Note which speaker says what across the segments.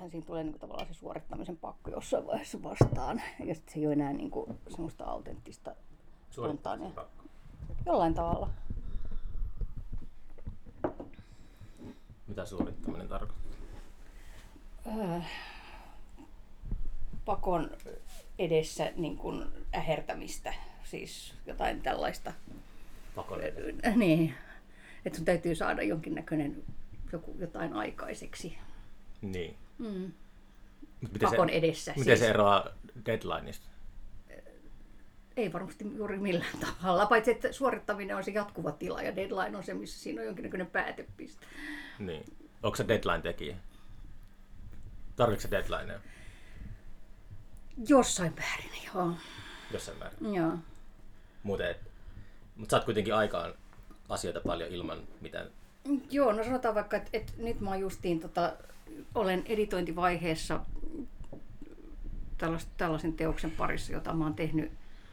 Speaker 1: kyllähän siinä tulee niinku tavallaan se suorittamisen pakko jossain vaiheessa vastaan. Ja sitten se ei ole enää niinku semmoista autenttista spontaania. Jollain tavalla.
Speaker 2: Mitä suorittaminen tarkoittaa?
Speaker 1: Pakon edessä niin kuin ähertämistä, siis jotain tällaista.
Speaker 2: Pakon edessä?
Speaker 1: Niin, että sun täytyy saada jonkinnäköinen jotain aikaiseksi.
Speaker 2: Niin.
Speaker 1: Pakon edessä.
Speaker 2: Miten se eroaa deadlineista?
Speaker 1: Ei varmasti juuri millään tavalla, paitsi että suorittaminen on se jatkuva tila ja deadline on se, missä siinä on jonkinnäköinen päätepiste.
Speaker 2: Niin. Onko se deadline-tekijä? Tarvitsetko se deadlinea?
Speaker 1: Jossain määrin, joo.
Speaker 2: Jossain määrin?
Speaker 1: Joo.
Speaker 2: Mutta saat kuitenkin aikaan asioita paljon ilman mitään.
Speaker 1: Joo, no sanotaan vaikka, että nyt mä oon justiin, olen editointivaiheessa tällaisen teoksen parissa, jota mä oon tehnyt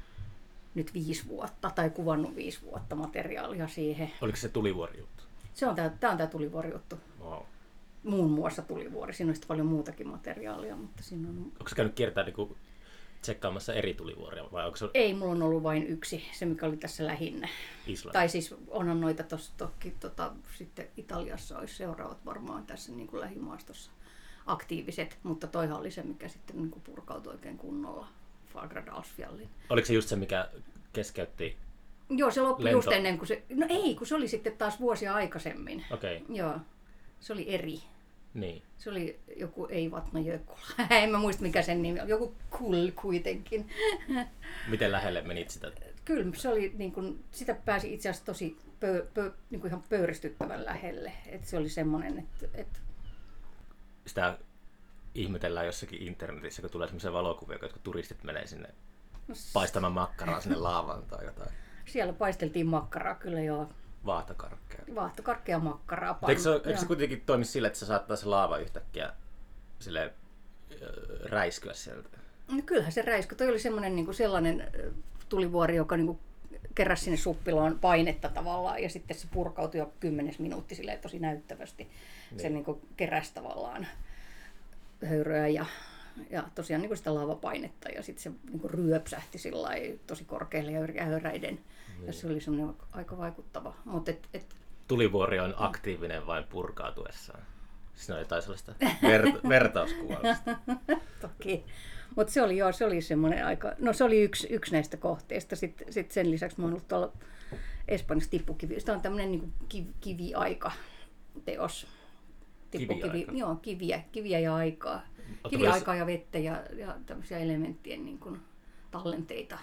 Speaker 1: nyt 5 vuotta, tai kuvannut 5 vuotta materiaalia siihen.
Speaker 2: Oliko se Tulivuori-juttu?
Speaker 1: Tämä on tämä Tulivuori-juttu.
Speaker 2: Wow.
Speaker 1: Muun muassa Tulivuori. Siinä on sitten paljon muutakin materiaalia, mutta siinä on...
Speaker 2: Onko se käynyt kiertää niinku tsekkaamassa eri tulivuoria? Vai onko se...
Speaker 1: Ei, mulla on ollut vain yksi, se mikä oli tässä lähinnä.
Speaker 2: Islanti.
Speaker 1: Tai siis onhan noita toki sitten Italiassa olisi seuraavat varmaan tässä niin kuin lähimaastossa aktiiviset, mutta toihan oli se, mikä sitten niin kuin purkautui oikein kunnolla Fagradalsfjallin.
Speaker 2: Oliko se just se, mikä keskeytti?
Speaker 1: Joo, se loppui just ennen kuin se... No ei, kun se oli sitten taas vuosia aikaisemmin.
Speaker 2: Okei. Okay.
Speaker 1: Joo, se oli eri.
Speaker 2: Niin.
Speaker 1: Se oli joku Eivatna Jökulla. En mä muista mikä sen nimi on. Joku Kull kuitenkin.
Speaker 2: Miten lähelle menit sitä?
Speaker 1: Kyllä, se oli niin kuin, sitä pääsi itse asiassa tosi niin kuin ihan pöyristyttävän lähelle. Et se oli semmoinen, että...
Speaker 2: Sitä ihmetellään jossakin internetissä, kun tulee semmoisia valokuvia, kun turistit menee sinne paistamaan makkaraa sinne laavaan tai jotain.
Speaker 1: Siellä paisteltiin makkaraa kyllä joo.
Speaker 2: Vaahtokarkkeja.
Speaker 1: Vaahtokarkkeja makkaraa.
Speaker 2: Eikö se kuitenkin toimi sillä, että se saattaa se laava yhtäkkiä silleen, räiskyä sieltä?
Speaker 1: No kyllähän se räisky. Toi oli semmoinen niin kuin sellainen tulivuori, joka niin kuin keräsi sinne suppiloon painetta tavallaan ja sitten se purkautui jo 10 minuuttia silleen tosi näyttävästi. Niin. Se niin kuin keräsi tavallaan höyryä ja tosiaan niin kuin sitä laavapainetta ja sitten se niin kuin ryöpsähti sillai tosi korkealle ja höyräiden. Niin. Ja se oli semmoinen aika vaikuttava.
Speaker 2: Tulivuori on aktiivinen vain purkautuessaan. Siinä on jotain sellaista vertauskuvausta.
Speaker 1: Toki. Mutta se oli semmoinen aika... No se oli yksi näistä kohteista. Sitten sen lisäksi mä oon ollut tuolla Espanjassa tippukivi. Sitä on tämmöinen niin kiviaika-teos.
Speaker 2: Kiviaika?
Speaker 1: Joo, kiviä ja aikaa. Kiviaikaa ja vettä ja tämmöisiä elementtien niin kuin tallenteita.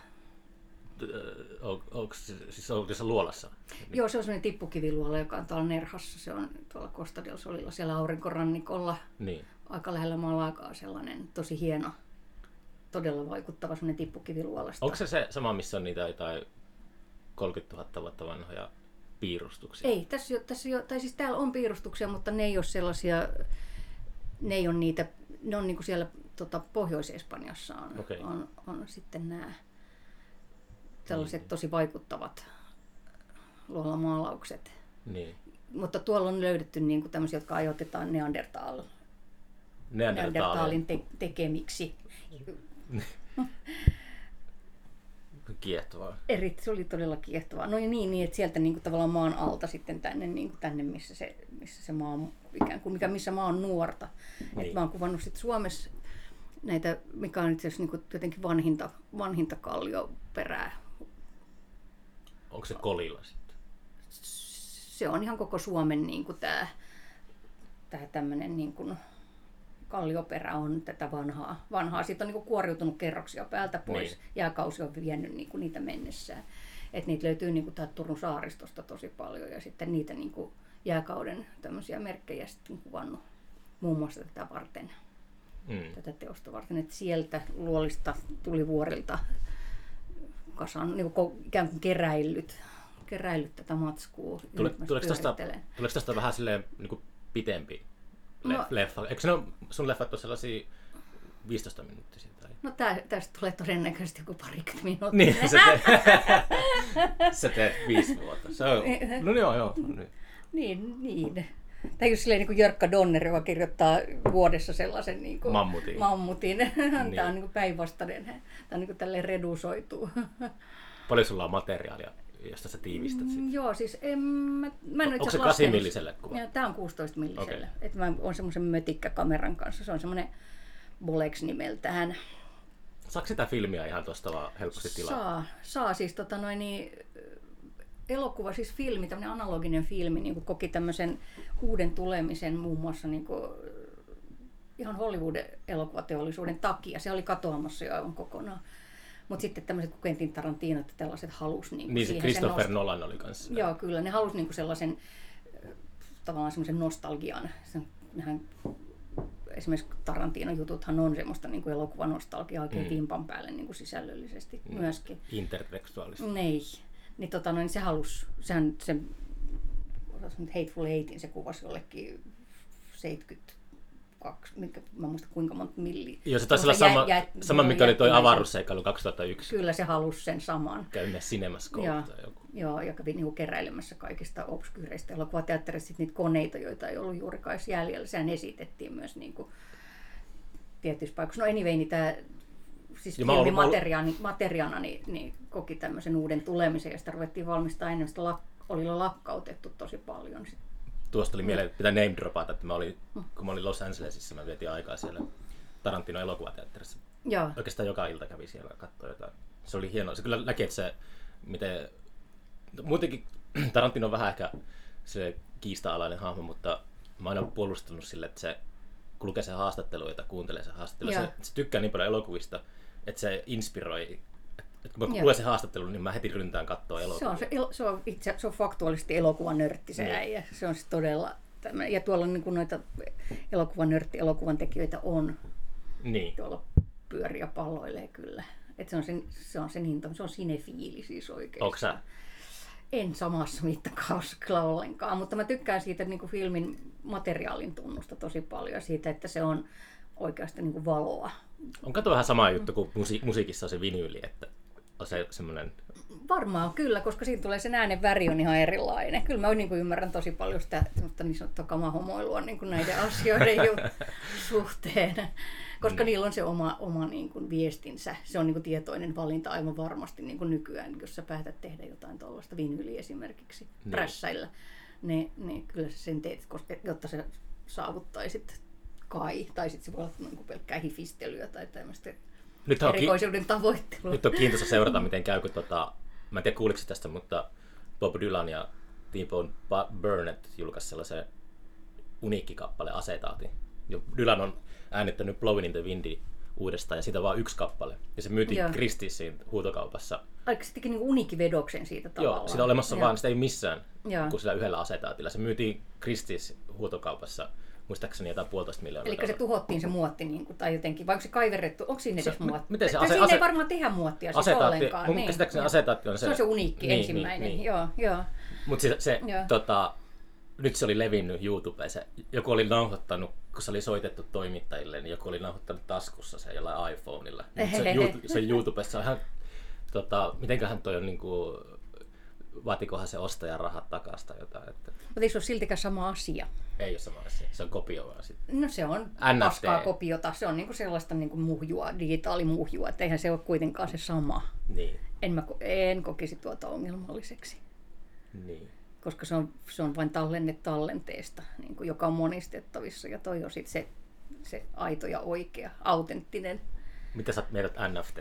Speaker 2: Onko siis tässä luolassa?
Speaker 1: Joo, se on sellainen tippukiviluola, joka on tuolla Nerhassa. Se on tuolla Costa del Solilla, siellä aurinkorannikolla. Niin. Aika lähellä Malagaa, sellainen tosi hieno, todella vaikuttava sellainen tippukiviluolasta.
Speaker 2: Onko se sama, missä on niitä jotain 30 000 vuotta vanhoja piirustuksia?
Speaker 1: Ei, tai siis täällä on piirustuksia, mutta ne ei ole sellaisia, ne ei ole niitä, ne on niinku siellä Pohjois-Espanjassa on sitten nämä tällaiset tosi vaikuttavat luolamaalaukset. Niin. Mutta tuolla on löydetty niinku tämmöisiä, jotka ajoitetaan Neandertalin tekemiksi.
Speaker 2: Kiehtovaa.
Speaker 1: Se oli todella kiehtovaa. No niin, että sieltä niinku tavallaan maan alta sitten tänne missä se maa on ikään kuin missä maa on nuorta. Niin. Et mä oon kuvannut sit Suomessa näitä, mikä on itse asiassa niinku jotenkin vanhinta kallioperää.
Speaker 2: Onko se Kolilla sitten?
Speaker 1: Se on ihan koko Suomen niinku tää tämmönen niinku kallioperä on tätä vanhaa. Siitä on niinku kuoriutunut kerroksia päältä pois. Niin. Jääkausi on vienyt niinku niitä mennessään. Et niitä löytyy niinku täältä Turun saaristosta tosi paljon ja sitten niitä niinku jääkauden tämmöisiä merkkejä sitten kuvannut muun muassa tätä varten. Tätä teosta varten, että sieltä luolista tulivuorilta kasan niinku ikään kuin keräillyt tätä matskua.
Speaker 2: Tuleeko tästä vähän silleen niinku pitempi leffa? Eikö sun leffat ole sellaisia 15 minuuttisia? Tai?
Speaker 1: No tästä tulee todennäköisesti joku 20 minuuttia.
Speaker 2: Niin, sä teet 5 vuotta. No joo.
Speaker 1: Niin. Tai just silleen niin kuin Jörkka Donner, joka kirjoittaa vuodessa sellaisen niin kuin mammutin. Niin. Tämä on niin kuin päinvastainen. Tämä on niin kuin tälleen redusoitu.
Speaker 2: Paljon sulla on materiaalia, josta sä tiivistät sitä?
Speaker 1: Joo, siis mä en ole
Speaker 2: onko se 8-milliselle kuva?
Speaker 1: Tämä on 16-milliselle.
Speaker 2: Okay.
Speaker 1: Että mä oon semmoisen mötikkäkameran kanssa. Se on semmoinen Bolex nimeltään.
Speaker 2: Saako sitä filmiä ihan tuosta vaan helposti tilaa?
Speaker 1: Saa siis elokuva, siis filmi, tämmöinen analoginen filmi, niin kuin koki tämmöisen uuden tulemisen muun muassa niin kuin ihan Hollywood-elokuvateollisuuden takia. Se oli katoamassa jo aivan kokonaan. Mutta sitten tämmöiset kuin Quentin Tarantino ja tällaiset halus
Speaker 2: niin se Christopher Nolan oli kanssa.
Speaker 1: Joo, kyllä. Ne halusi niin kuin sellaisen tavallaan semmoisen nostalgian. Esimerkiksi Tarantinon jututhan on semmoista niin kuin elokuvanostalgiaa oikein vimpan päälle niin kuin sisällöllisesti myöskin.
Speaker 2: Intertekstuaalista.
Speaker 1: Niin se halusi, se Hateful Eightin se kuvasi jollekin 72, mä muista kuinka monta milliä.
Speaker 2: Joo, se taisi olla sama mikä oli toi avaruusseikkailu 2001.
Speaker 1: Kyllä se halusi sen saman.
Speaker 2: Käy Cinemascope tai joku.
Speaker 1: Joo, ja kävi niinku keräilemässä kaikista obskyyreistä elokuvateatterista niitä koneita, joita ei ollut juurikaan jäljellä. Sehän esitettiin myös niinku tietyissä paikoissa. No anyway, niin tämä siis filmimateriaana niin koki tämmöisen uuden tulemisen, ja sitä ruvettiin valmistaa ennen, sitä oli lakkautettu tosi paljon.
Speaker 2: Tuosta oli mieleen, että pitää name dropata, että kun mä olin Los Angelesissa, mä vietin aikaa siellä Tarantino elokuvateatterissa.
Speaker 1: Joo.
Speaker 2: Oikeastaan joka ilta kävi siellä katsoa jotain. Se oli hienoa. Se kyllä näki, että se, miten muutenkin Tarantino on vähän ehkä se kiista-alainen hahmo, mutta mä oon aina puolustanut sille, että se kun lukee sen haastatteluja tai kuuntelee sen haastattelua, se tykkää niin paljon elokuvista, että se inspiroi. Että kun mä luen sen haastattelun, niin mä heti ryntään katsoa elokuvia.
Speaker 1: Se on faktuaalisesti elokuvanörtti se äijä. Se on siis todella tämmöinen. Ja tuolla niin kuin noita elokuvan tekijöitä on.
Speaker 2: Niin.
Speaker 1: Tuolla pyöriä palloilee kyllä. Että se on sen hinta, se on sinefiili siis oikeastaan.
Speaker 2: Onko sä?
Speaker 1: En samassa mittakaavassa kyllä ollenkaan, mutta mä tykkään siitä niin kuin filmin materiaalin tunnusta tosi paljon, siitä, että se on oikeasti niin kuin valoa.
Speaker 2: Onko tuo vähän sama juttu kuin musiikissa on se vinyyli, että on se semmoinen...
Speaker 1: Varmaan kyllä, koska siinä tulee sen äänen väri on ihan erilainen. Kyllä mä niin kuin ymmärrän tosi paljon sitä niin sanottua kamahomoilua niin kuin näiden asioiden suhteen, koska niillä on se oma niin kuin viestinsä. Se on niin kuin tietoinen valinta aivan varmasti niin kuin nykyään, jos sä päätät tehdä jotain tuollaista vinyyliä esimerkiksi prässäillä. Niin kyllä sä sen teet, jotta sä saavuttaisit tai sitten se voi olla niin kuin pelkkää hifistelyä tai tämmöistä erikoisuuden tavoittelua.
Speaker 2: Nyt on kiintoista seurata, miten käy, kun mä en tiedä kuuliko tästä, mutta Bob Dylan ja T-Bone Burnett julkaisi sellaisen uniikkikappale Acetaatin. Dylan on äänittänyt Blowin' in the Windy uudestaan ja siitä on vaan yksi kappale. Ja se myytiin Christiesin huutokaupassa.
Speaker 1: Aika se teki niin uniikkivedoksen siitä tavallaan.
Speaker 2: Joo, sitä on olemassa vaan, sitä ei missään kuin sillä yhdellä Acetaatilla. Se myytiin Christiesin huutokaupassa. Muistaakseni jotain 1,5 miljoonaa.
Speaker 1: Eli se tuhottiin se muotti, niin kuin, tai jotenkin, vai onko se kaiverrettu, onko siinä edes muotti?
Speaker 2: Miten se
Speaker 1: siinä ei varmaan tehdä muottia siis ollenkaan.
Speaker 2: Mun käsittääkseni Acetaatti on se...
Speaker 1: Se on se uniikki ensimmäinen, niin. Joo.
Speaker 2: Mutta nyt se oli levinnyt YouTubeen. Joku oli nauhoittanut, kun se oli soitettu toimittajille, niin joku oli nauhoittanut taskussa se jollain iPhoneilla. Se YouTubessa on ihan... mitenköhän toi on niinku... Vaatikohan se ostajan rahat takasta jotain. Että...
Speaker 1: Mutta ei se ole siltikään sama asia.
Speaker 2: Ei ole sama asia. Se on kopio vaan sitten.
Speaker 1: No se on paskaa kopiota. Se on niinku sellaista niinku muhjua, digitaalimuhjua. Että eihän se ole kuitenkaan se sama.
Speaker 2: Niin.
Speaker 1: En kokisi tuota ongelmalliseksi.
Speaker 2: Niin.
Speaker 1: Koska se on vain tallenne tallenteesta, niin kuin, joka on monistettavissa. Ja toi on sitten se aito ja oikea, autenttinen.
Speaker 2: Mitä sä mietit NFT?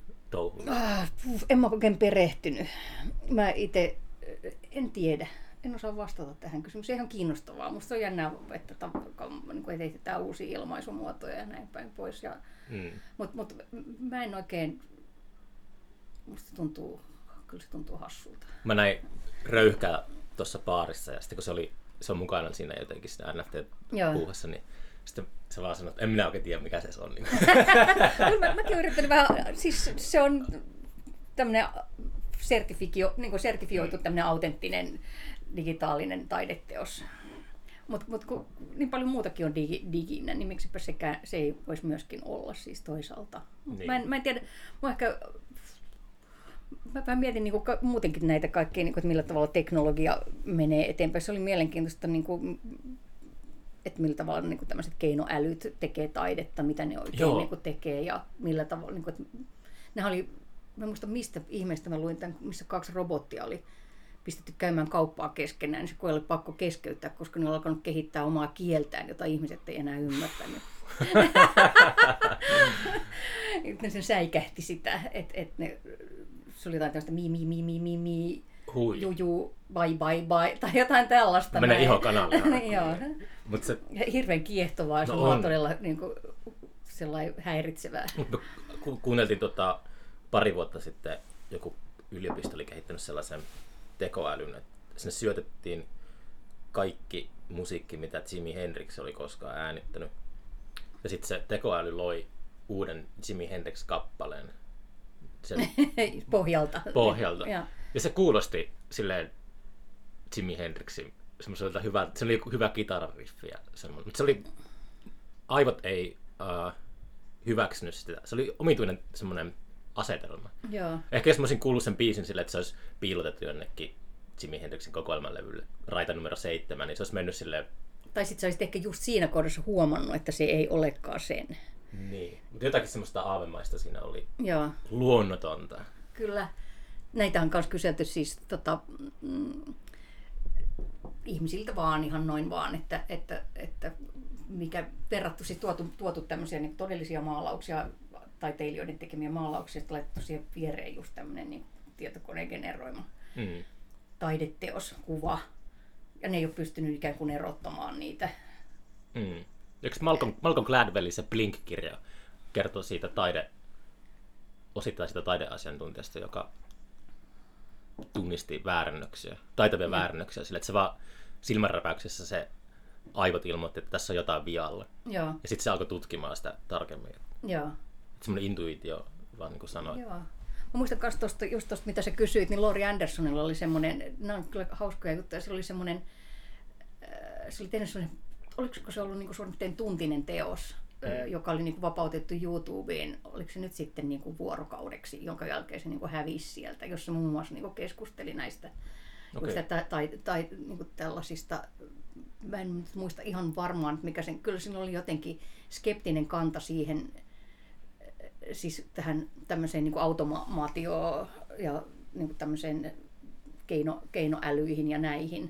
Speaker 1: En mä oikein perehtynyt. Mä itse en tiedä. En osaa vastata tähän kysymykseen. Ihan kiinnostavaa. Musta on jännää, että etetään uusia ilmaisumuotoja ja näin päin pois. Mutta mä en oikein... Musta kyllä se tuntuu hassulta.
Speaker 2: Mä näin Röyhkää tuossa baarissa ja sitten kun se on mukana siinä jotenkin siinä NFT-puuhassa, niin sitten se vaan sanoi, että en minä oikein tiedä, mikä se on.
Speaker 1: Mäkin yrittänyt vähän, siis se on tämmöinen sertifioitu tämmöinen autenttinen digitaalinen taideteos. Mutta kun niin paljon muutakin on diginen, niin miksipä se ei voisi myöskin olla siis toisaalta. Niin. Mä en tiedä, mä vähän mietin niin kuin muutenkin näitä kaikkia, niin kuin, että millä tavalla teknologia menee eteenpäin. Se oli mielenkiintoista niin kuin että millä tavalla niin kuin tämmöiset keinoälyt tekee taidetta, mitä ne oikein niin kuin tekee ja millä tavalla. Niin kuin, että nehän oli, mä en muista mistä ihmeestä mä luin tämän, missä 2 robottia oli pistetty käymään kauppaa keskenään, niin se koe oli pakko keskeyttää, koska ne oli alkanut kehittää omaa kieltään, jota ihmiset ei enää ymmärtänyt. Ne sen säikähti sitä, että se oli jotain tämmöistä mi, juju, bye, tai jotain tällaista.
Speaker 2: Menee ihokanalle.
Speaker 1: Joo.
Speaker 2: Mut se...
Speaker 1: Hirveän kiehtovaa, se on todella niin kuin, sellainen häiritsevää.
Speaker 2: Kuunneltiin pari vuotta sitten, joku yliopisto oli kehittänyt sellaisen tekoälyn, että sinne syötettiin kaikki musiikki, mitä Jimi Hendrix oli koskaan äänittänyt. Ja sitten se tekoäly loi uuden Jimi Hendrix-kappaleen sen pohjalta. Ja se kuulosti silleen Jimi Hendrixin semmoiselta se oli hyvä kitarariffi ja semmoinen. Mutta se oli, aivot ei hyväksynyt sitä. Se oli omituinen semmoinen asetelma.
Speaker 1: Joo.
Speaker 2: Ehkä jos mä olisin kuullut sen biisin silleen, että se olisi piilotettu jonnekin Jimi Hendrixin kokoelmanlevylle, raita numero 7, niin se olisi mennyt silleen...
Speaker 1: Tai sitten sä olisit ehkä just siinä kohdassa huomannut, että se ei olekaan sen.
Speaker 2: Niin, mutta jotakin semmoista aavemaista siinä oli.
Speaker 1: Joo.
Speaker 2: Luonnotonta.
Speaker 1: Kyllä. Näitä on myös kyselty siis ihmisiltä vaan ihan noin vaan, että mikä verrattu siis tuotu tämmöisiä niin todellisia maalauksia, taiteilijoiden tekemiä maalauksia, että laitettu siihen viereen just tämmöinen niin tietokoneen generoima taideteos, kuva. Ja ne ei ole pystynyt ikään kuin erottamaan niitä.
Speaker 2: Eikö Malcolm Gladwellin se Blink-kirja kertoo siitä osittain siitä taideasiantuntijasta, joka tunnisti väärennöksiä, taitavia väärennöksiä, sillä että se vaan silmänräpäyksessä se aivot ilmoitti, että tässä on jotain vialla.
Speaker 1: Joo.
Speaker 2: Ja sitten se alkoi tutkimaan sitä tarkemmin.
Speaker 1: Joo.
Speaker 2: Semmoinen intuitio, vaan niin kuin sanoit.
Speaker 1: Joo. Mä muistan myös tuosta, mitä sä kysyit, niin Laurie Andersonilla oli semmoinen, nämä on kyllä hauskoja juttuja, se oli semmoinen, se oli tehnyt semmoinen, oliko se ollut niin kuin suunnilleen tuntinen teos, joka oli niin kuin vapautettu YouTubeen, oliko se nyt sitten niin kuin vuorokaudeksi, jonka jälkeen se niin kuin hävisi sieltä, jossa muun muassa niin kuin keskusteli näistä tai niin kuin tällaisista, mä en muista ihan varmaan, että mikä sen, kyllä siinä oli jotenkin skeptinen kanta siihen, siis tähän tämmöiseen niin kuin automaatioon ja niin kuin tämmöiseen keinoälyihin ja näihin.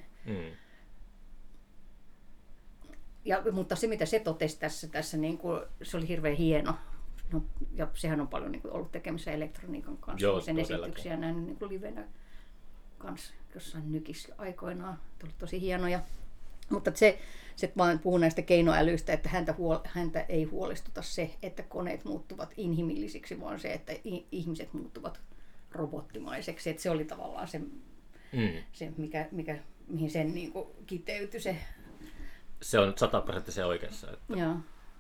Speaker 1: Mutta se, mitä se totesi tässä niin kuin, se oli hirveän hieno. No, ja sehän on paljon niin kuin, ollut tekemisissä elektroniikan kanssa.
Speaker 2: Joo,
Speaker 1: sen esityksiä näin niin kuin livenä kanssa jossain nykissä aikoinaan. Tullut tosi hienoja. Mutta se vaan puhuu näistä keinoälyistä, että häntä ei huolestuta se, että koneet muuttuvat inhimillisiksi, vaan se, että ihmiset muuttuvat robottimaiseksi. Että se oli tavallaan se mihin sen niin kuin kiteytyi se.
Speaker 2: Se on 100% oikeassa. Että
Speaker 1: joo.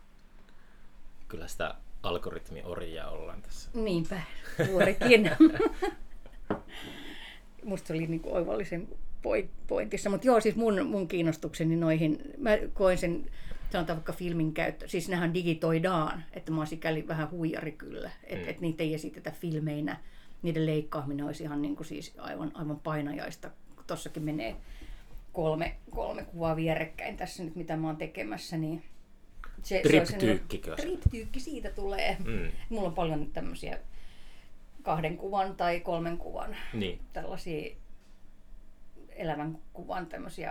Speaker 2: Kyllä sitä algoritmiorjaa ollaan tässä.
Speaker 1: Niinpä, juurikin. Musta se oli niin kuin oivallisen pointissa. Mutta joo, siis mun kiinnostukseni noihin, mä koen sen, sanotaan vaikka filmin käyttö, siis nehän digitoidaan, että mä oon sikäli vähän huijari kyllä, että et niitä ei esitetä filmeinä, niiden leikkaaminen olisi ihan niin kuin siis aivan painajaista. Tossakin menee kolme kuvaa vierekkäin tässä nyt, mitä mä oon tekemässä, niin
Speaker 2: triptyykki
Speaker 1: siitä tulee. Mulla on paljon tämmöisiä 2 kuvan tai 3 kuvan, tällaisia elävän kuvan tämmöisiä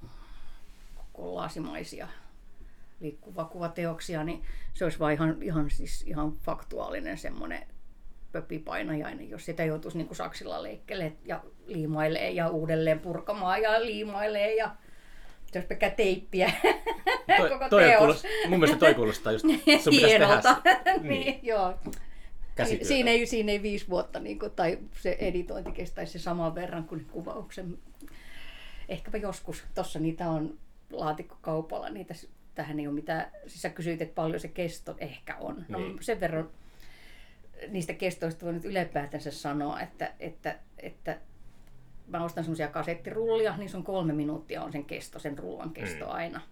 Speaker 1: kollaasimaisia liikkuvakuvateoksia, niin se olisi vaan ihan faktuaalinen semmoinen pöppipainajainen, jos sitä joutuisi niin kuin saksilla leikkelee ja liimailee ja uudelleen purkamaan ja liimailee ja se olisi pelkkää teippiä koko teos.
Speaker 2: Mun mielestä toi kuulostaa just, sun
Speaker 1: hienolta.
Speaker 2: Tehdä
Speaker 1: niin, joo.
Speaker 2: Käsityötä.
Speaker 1: Siinä ei 5 vuotta, niin kuin, tai se editointi kestäisi saman verran kuin kuvauksen. Ehkäpä joskus. Tuossa niitä on laatikkokaupalla. Tähän ei ole mitään. Siis sä kysyit, että paljon se kesto ehkä on. No, sen verran niistä kestoista voi nyt ylipäätänsä sanoa, että mä ostan semmoisia kasettirullia, niin se on 3 minuuttia on sen rullan kesto aina.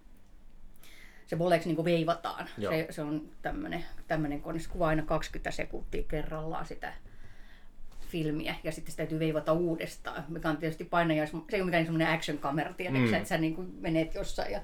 Speaker 1: Se voleeksi niin veivataan. Se on tämmöinen kone, se kuvaa aina 20 sekuntia kerrallaan sitä filmiä ja sitten se täytyy veivata uudestaan, mikä on tietysti painajais, se ei ole mikään semmoinen action-kamera, tiedätkö, että sä niin kuin menet jossain ja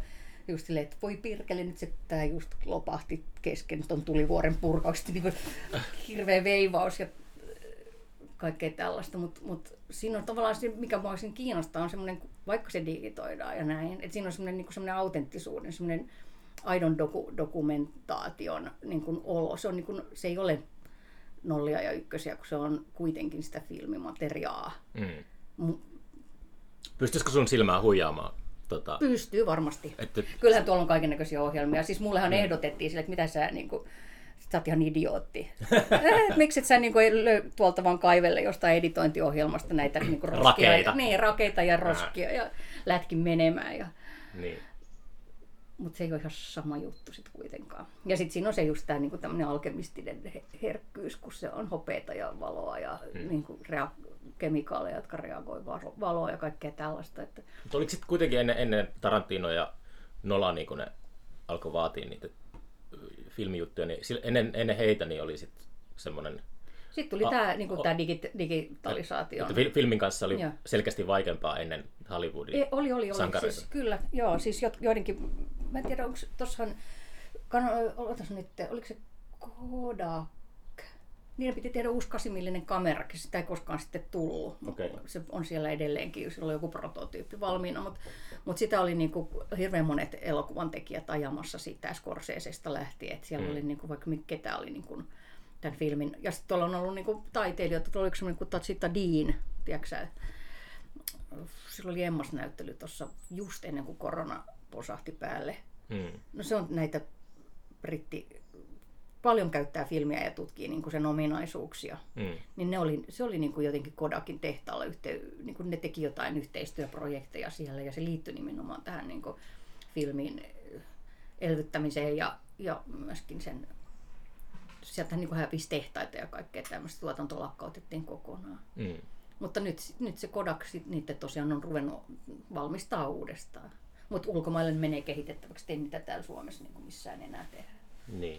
Speaker 1: just silleen, että voi pirkele, nyt tää just lopahti kesken ton tulivuoren purkauksesta, niin kuin hirveä veivaus ja kaikkea tällaista, mutta siinä on tavallaan se, mikä mua siinä kiinnostaa, on semmoinen, vaikka se digitoidaan ja näin, että siinä on semmoinen, niin semmoinen autenttisuuden, semmoinen aidon dokumentaation niin kuin olo. Se, on, niin kuin, se ei ole nollia ja ykkösiä, kun se on kuitenkin sitä filmimateriaa.
Speaker 2: Pystyisikö sun silmää huijaamaan?
Speaker 1: Pystyy varmasti. Kyllähän tuolla on kaikennäköisiä ohjelmia. Siis mullehan ehdotettiin sille, että mitä sä niinku, sä oot ihan idiootti. Miksi et sä niinku tuolta vaan kaivelle jostain editointiohjelmasta näitä niinku roskia.
Speaker 2: Rakeita.
Speaker 1: Niin, rakeita ja roskia ja lätkin menemään. Ja...
Speaker 2: Niin.
Speaker 1: Mutta se ei ole ihan sama juttu sitten kuitenkaan. Ja sitten siinä on se just tämä niinku tämmöinen alkemistinen herkkyys, kun se on hopeata ja valoa ja niinku kemikaaleja, jotka reagoi valoa ja kaikkea tällaista. Että...
Speaker 2: Mutta oliko sitten kuitenkin ennen Tarantino ja Nolania, kun ne alkoi vaatia niitä filmijuttuja, niin ennen heitä niin oli sitten semmoinen...
Speaker 1: Sitten tuli tämä niinku digitalisaatio.
Speaker 2: Filmin kanssa oli selkeästi vaikeampaa ennen Hollywoodin sankareita.
Speaker 1: Siis, kyllä, joo, siis joidenkin, mä en tiedä, onko tossahan, otas nyt, oliko se Kodak? Niiden piti tehdä uusi 8mm kamera, sitä ei koskaan sitten tullut.
Speaker 2: Okay.
Speaker 1: Se on siellä edelleenkin, sillä on joku prototyyppi valmiina, mutta sitä oli niinku hirveän monet elokuvan tekijät ajamassa sitä Scorsesesta lähtien, että siellä oli niinku, vaikka ketä oli niinku tämän filmin. Ja sitten tuolla on ollut niinku taiteilijoita, tuolla oli yksi semmoinen kuin Tachita Dean, tiedätkö sä? Sillä oli Emmas-näyttely tuossa just ennen kuin korona posahti päälle. No se on näitä paljon käyttää filmiä ja tutkii niin kuin sen ominaisuuksia. Niin se oli niin kuin jotenkin Kodakin tehtaalla, niin kuin ne teki jotain yhteistyöprojekteja siellä ja se liittyi nimenomaan tähän niin kuin filmin elvyttämiseen ja myöskin sen, sieltä niin kuin hävisi tehtaita ja kaikkea tämmöistä, tuotanto lakkautettiin kokonaan. Mutta nyt se Kodak niitä tosiaan on ruvennut valmistaa uudestaan. Mutta ulkomaille menee kehitettäväksi, ei niitä täällä Suomessa niin kuin missään enää tehdä.
Speaker 2: Niin.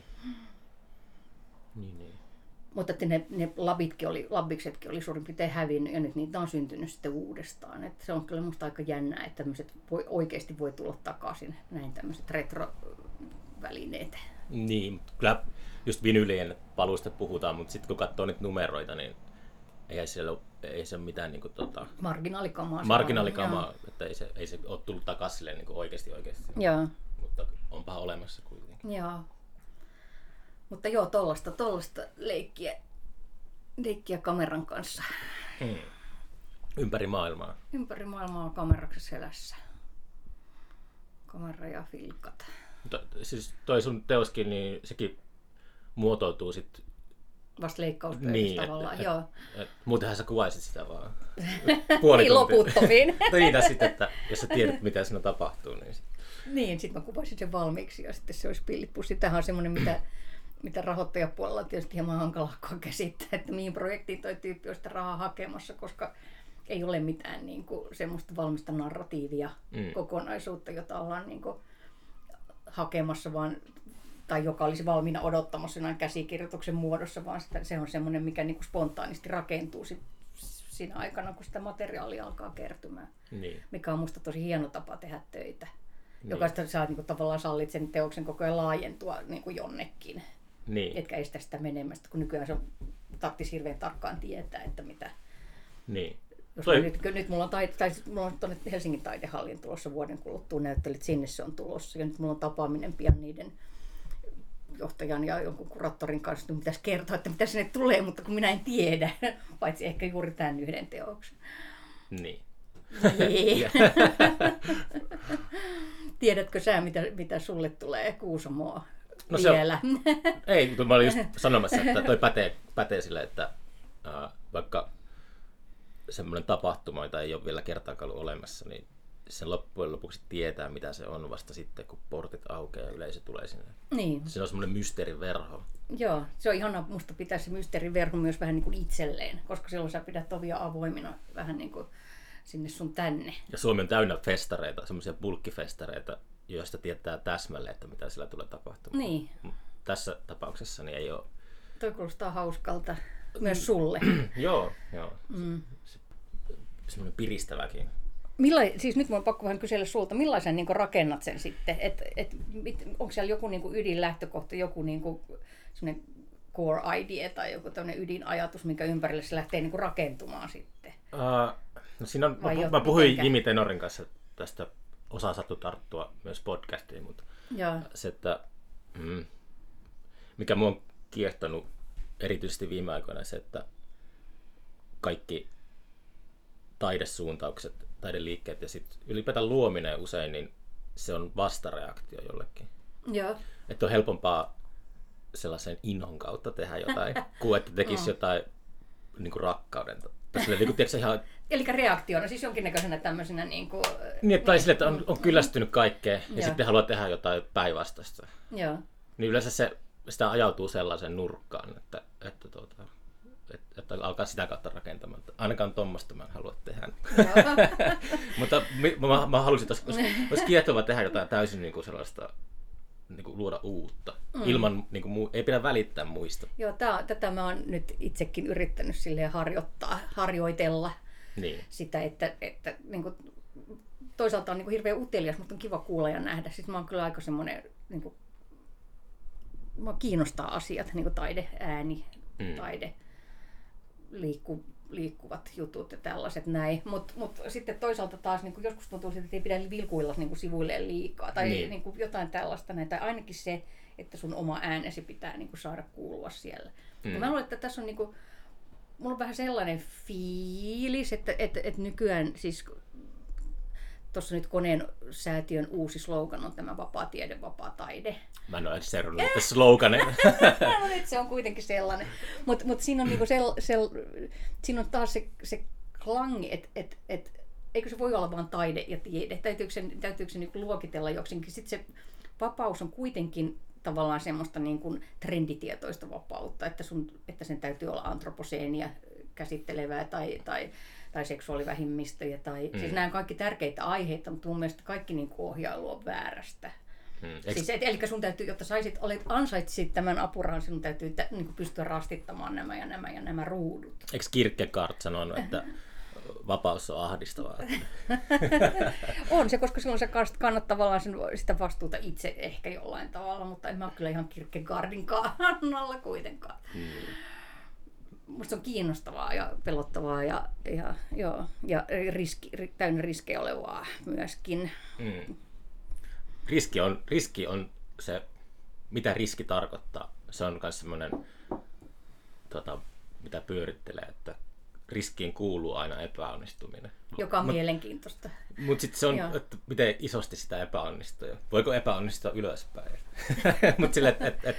Speaker 1: Mutta että ne labiksetkin oli suurin piirtein hävinnyt ja nyt niitä on syntynyt sitten uudestaan. Että se on kyllä musta aika jännää, että tämmöiset oikeasti voi tulla takaisin, näin tämmöiset retrovälineet.
Speaker 2: Niin, kyllä just vinylien paluista puhutaan, mutta sitten kun katsoo niitä numeroita, niin ei se ole mitään niin kuin, marginaalikamaa, että ei se ole tullut takaisin silleen, niin kuin oikeasti.
Speaker 1: Joo.
Speaker 2: Mutta onpahan olemassa kuitenkin.
Speaker 1: Joo. Mutta joo, tollaista leikkiä kameran kanssa.
Speaker 2: Ympäri maailmaa.
Speaker 1: Ympäri maailmaa kameraksi selässä. Kamera ja filkat.
Speaker 2: Siis toi sun teoskin, niin sekin muotoutuu sitten
Speaker 1: vasta leikkauspöydässä tavallaan, joo.
Speaker 2: Muutenhan sä kuvaisit sitä vaan
Speaker 1: niin loputtomiin.
Speaker 2: Niin, sitten, että jos sä tiedät, mitä siinä tapahtuu.
Speaker 1: Niin, sitten mä kuvasin sen valmiiksi ja sitten se olisi pillipussi. Tämähän on semmoinen, mitä rahoittajapuolella on tietysti hieman hankalaa käsittää, että mihin projektiin toi tyyppi on sitä rahaa hakemassa, koska ei ole mitään niin kuin, semmoista valmista narratiivia kokonaisuutta, jota ollaan niin kuin, hakemassa, tai joka olisi valmiina odottamassa näin käsikirjoituksen muodossa, vaan se on semmoinen, mikä niin kuin spontaanisti rakentuu siinä aikana, kun sitä materiaalia alkaa kertymään.
Speaker 2: Niin. Mikä
Speaker 1: on musta tosi hieno tapa tehdä töitä. Niin. Joka saa niin kuin, tavallaan sallit sen teoksen koko ajan laajentua niin kuin jonnekin.
Speaker 2: Niin.
Speaker 1: Etkä estä sitä menemästä, kun nykyään se tarvitsisi hirveän tarkkaan tietää, että mitä.
Speaker 2: Niin.
Speaker 1: Jos nyt mulla on tuonne Helsingin taidehallin tulossa vuoden kuluttua näyttelyt, sinne se on tulossa. Ja nyt mulla on tapaaminen pian niiden johtajan ja jonkun kuraattorin kanssa, että pitäisi kertoa, että mitä sinne tulee, mutta kun minä en tiedä, paitsi ehkä juuri tämän yhden teoksen.
Speaker 2: Niin.
Speaker 1: Tiedätkö sä, mitä sulle tulee Kuusamoa vielä?
Speaker 2: Ei, kun mä olin just sanomassa, että toi pätee sille, että vaikka semmoinen tapahtuma, jota ei ole vielä kertaakaan ollut olemassa, niin sen loppujen lopuksi tietää, mitä se on vasta sitten, kun portit aukeaa ja yleisö tulee sinne.
Speaker 1: Niin.
Speaker 2: Se on semmoinen mysteeriverho.
Speaker 1: Joo, se on ihanaa. Musta pitää se mysteeriverho myös vähän niin kuin itselleen, koska silloin sä pidät ovia avoimina vähän niin kuin sinne sun tänne.
Speaker 2: Ja Suomi on täynnä festareita, semmoisia bulkkifestareita, joista tietää täsmälleen, että mitä siellä tulee tapahtumaan.
Speaker 1: Niin.
Speaker 2: Tässä tapauksessa niin ei ole.
Speaker 1: Toi kuulostaa hauskalta myös sulle.
Speaker 2: Joo. Semmoinen piristäväkin
Speaker 1: Siis nyt mun on pakko vähän kysellä sulta, millaisen niin rakennat sen sitten? Onko siellä joku niin ydinlähtökohta, joku niin semmoinen core idea tai joku tämmöinen ydinajatus, minkä ympärille se lähtee niin rakentumaan sitten?
Speaker 2: No siinä on, mä puhuin Jimi Tenorin kanssa tästä, osaa sattu tarttua myös podcastiin, mutta se, että mikä mua on kiehtonut erityisesti viime aikoina se, että kaikki taidesuuntaukset, taideliikkeet ja sitten ylipäätään luominen usein, niin se on vastareaktio jollekin.
Speaker 1: Joo.
Speaker 2: Että on helpompaa sellaisen inhon kautta tehdä jotain, kuin että tekisi jotain niin kuin rakkauden. Niin kuin, tiedätkö, ihan...
Speaker 1: Eli reaktiona, siis jonkinnäköisenä tämmöisenä... Niin,
Speaker 2: tai sille, että on kyllästynyt kaikkeen ja sitten haluaa tehdä jotain päinvastaista.
Speaker 1: Joo.
Speaker 2: Niin yleensä sitä ajautuu sellaisen nurkkaan, että alkaa sitä kautta rakentamaan. Ainakaan tuommoista mä en halua tehdä. Mutta mä halusin, että olisi kiehtovaa tehdä jotain täysin niin kuin sellaista, niin kuin luoda uutta. Ilman, niin kuin, ei pidä välittää muista.
Speaker 1: Joo, tätä mä oon nyt itsekin yrittänyt silleen harjoitella sitä, että niin kuin, toisaalta on niin kuin hirveän utelias, mutta on kiva kuulla ja nähdä. Sitten mä oon kyllä aika semmoinen, niin kuin, mua kiinnostaa asiat, niin kuin taide, ääni, taide, liikkuvat jutut ja tällaiset näin. Mut sitten toisaalta taas niin joskus tuntuu, että ei pidä vilkuilla niin sivuilleen liikaa tai niin jotain tällaista. Tai ainakin se, että sun oma äänesi pitää niin saada kuulua siellä. Mä luulen, että tässä on, niin kuin, mulla on vähän sellainen fiilis, että nykyään siis tuossa nyt Koneen säätiön uusi slogan on tämä vapaa tiede, vapaa taide.
Speaker 2: Mä en ole edes seurannut niitä sloganeja.
Speaker 1: No nyt se on kuitenkin sellainen. Mut siinä on, niinku siinä on taas se klangi, että eikö se voi olla vain taide ja tiede. Täytyykö se niinku luokitella jokseenkin. Sitten se vapaus on kuitenkin tavallaan semmoista niinku trenditietoista vapautta, että sen täytyy olla antroposeenia käsittelevää tai seksuaalivähemmistöjä. Siis nämä on kaikki tärkeitä aiheita, mutta mun mielestä kaikki niinku ohjailu on väärästä. Siis, eli sun täytyy, jotta ansaitsit tämän apurahan, sinun täytyy niinku pystyä rastittamaan nämä ja nämä ruudut.
Speaker 2: Eikö Kierkegaard sanonut, että vapaus on ahdistavaa?
Speaker 1: On se, koska silloin sä kannat tavallaan sitä vastuuta itse ehkä jollain tavalla, mutta en mä ole kyllä ihan Kierkegaardin kannalla kuitenkaan. Musta se on kiinnostavaa ja pelottavaa ja täynnä riskejä olevaa myöskin.
Speaker 2: Riski on se, mitä riski tarkoittaa. Se on myös semmoinen, mitä pyörittelee, että riskiin kuuluu aina epäonnistuminen.
Speaker 1: Joka on mielenkiintoista.
Speaker 2: Mutta sitten se on, että miten isosti sitä epäonnistuu. Voiko epäonnistua ylöspäin? Mutta sille,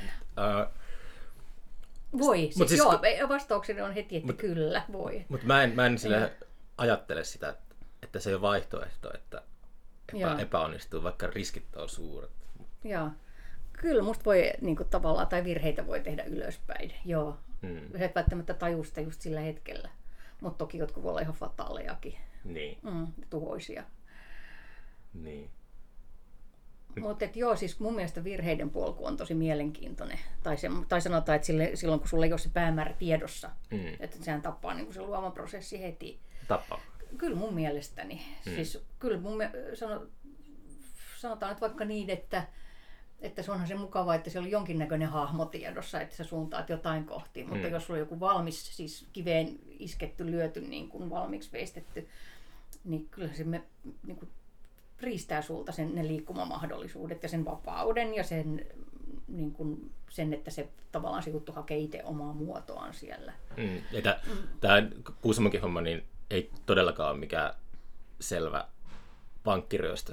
Speaker 1: voi. Vastaukseni on heti, että kyllä, voi.
Speaker 2: Mutta mä en sille ajattele sitä, että se ei ole vaihtoehto, että epäonnistuu, vaikka riskit on suuret.
Speaker 1: Joo. Kyllä musta voi niinku, tavallaan, tai virheitä voi tehdä ylöspäin. Joo. Et välttämättä tajuu sitä just sillä hetkellä. Mutta toki jotkut voi olla ihan fataalejakin.
Speaker 2: Niin.
Speaker 1: Tuhoisia.
Speaker 2: Niin.
Speaker 1: Mutta siis mun mielestä virheiden polku on tosi mielenkiintoinen. Tai sanotaan, että silloin kun sulla ei ole se päämäärä tiedossa, että sehän tappaa niin se luovan prosessi heti.
Speaker 2: Tappaa.
Speaker 1: Kyllä mun mielestäni. Siis kyllä sanotaan nyt vaikka niin, että se onhan se mukavaa, että siellä on jonkinnäköinen hahmo tiedossa, että sä suuntaat jotain kohti. Mutta jos sulla on joku valmis, siis kiveen isketty, lyöty, niin kuin valmiiksi veistetty, niin kyllä se niin kuin riistää sulta ne liikkumamahdollisuudet ja sen vapauden ja sen että se tavallaan se juttu hakee itse omaa muotoaan siellä.
Speaker 2: Tämä Kuusamonkin homma niin ei todellakaan ole mikään selvä pankkiryöstö.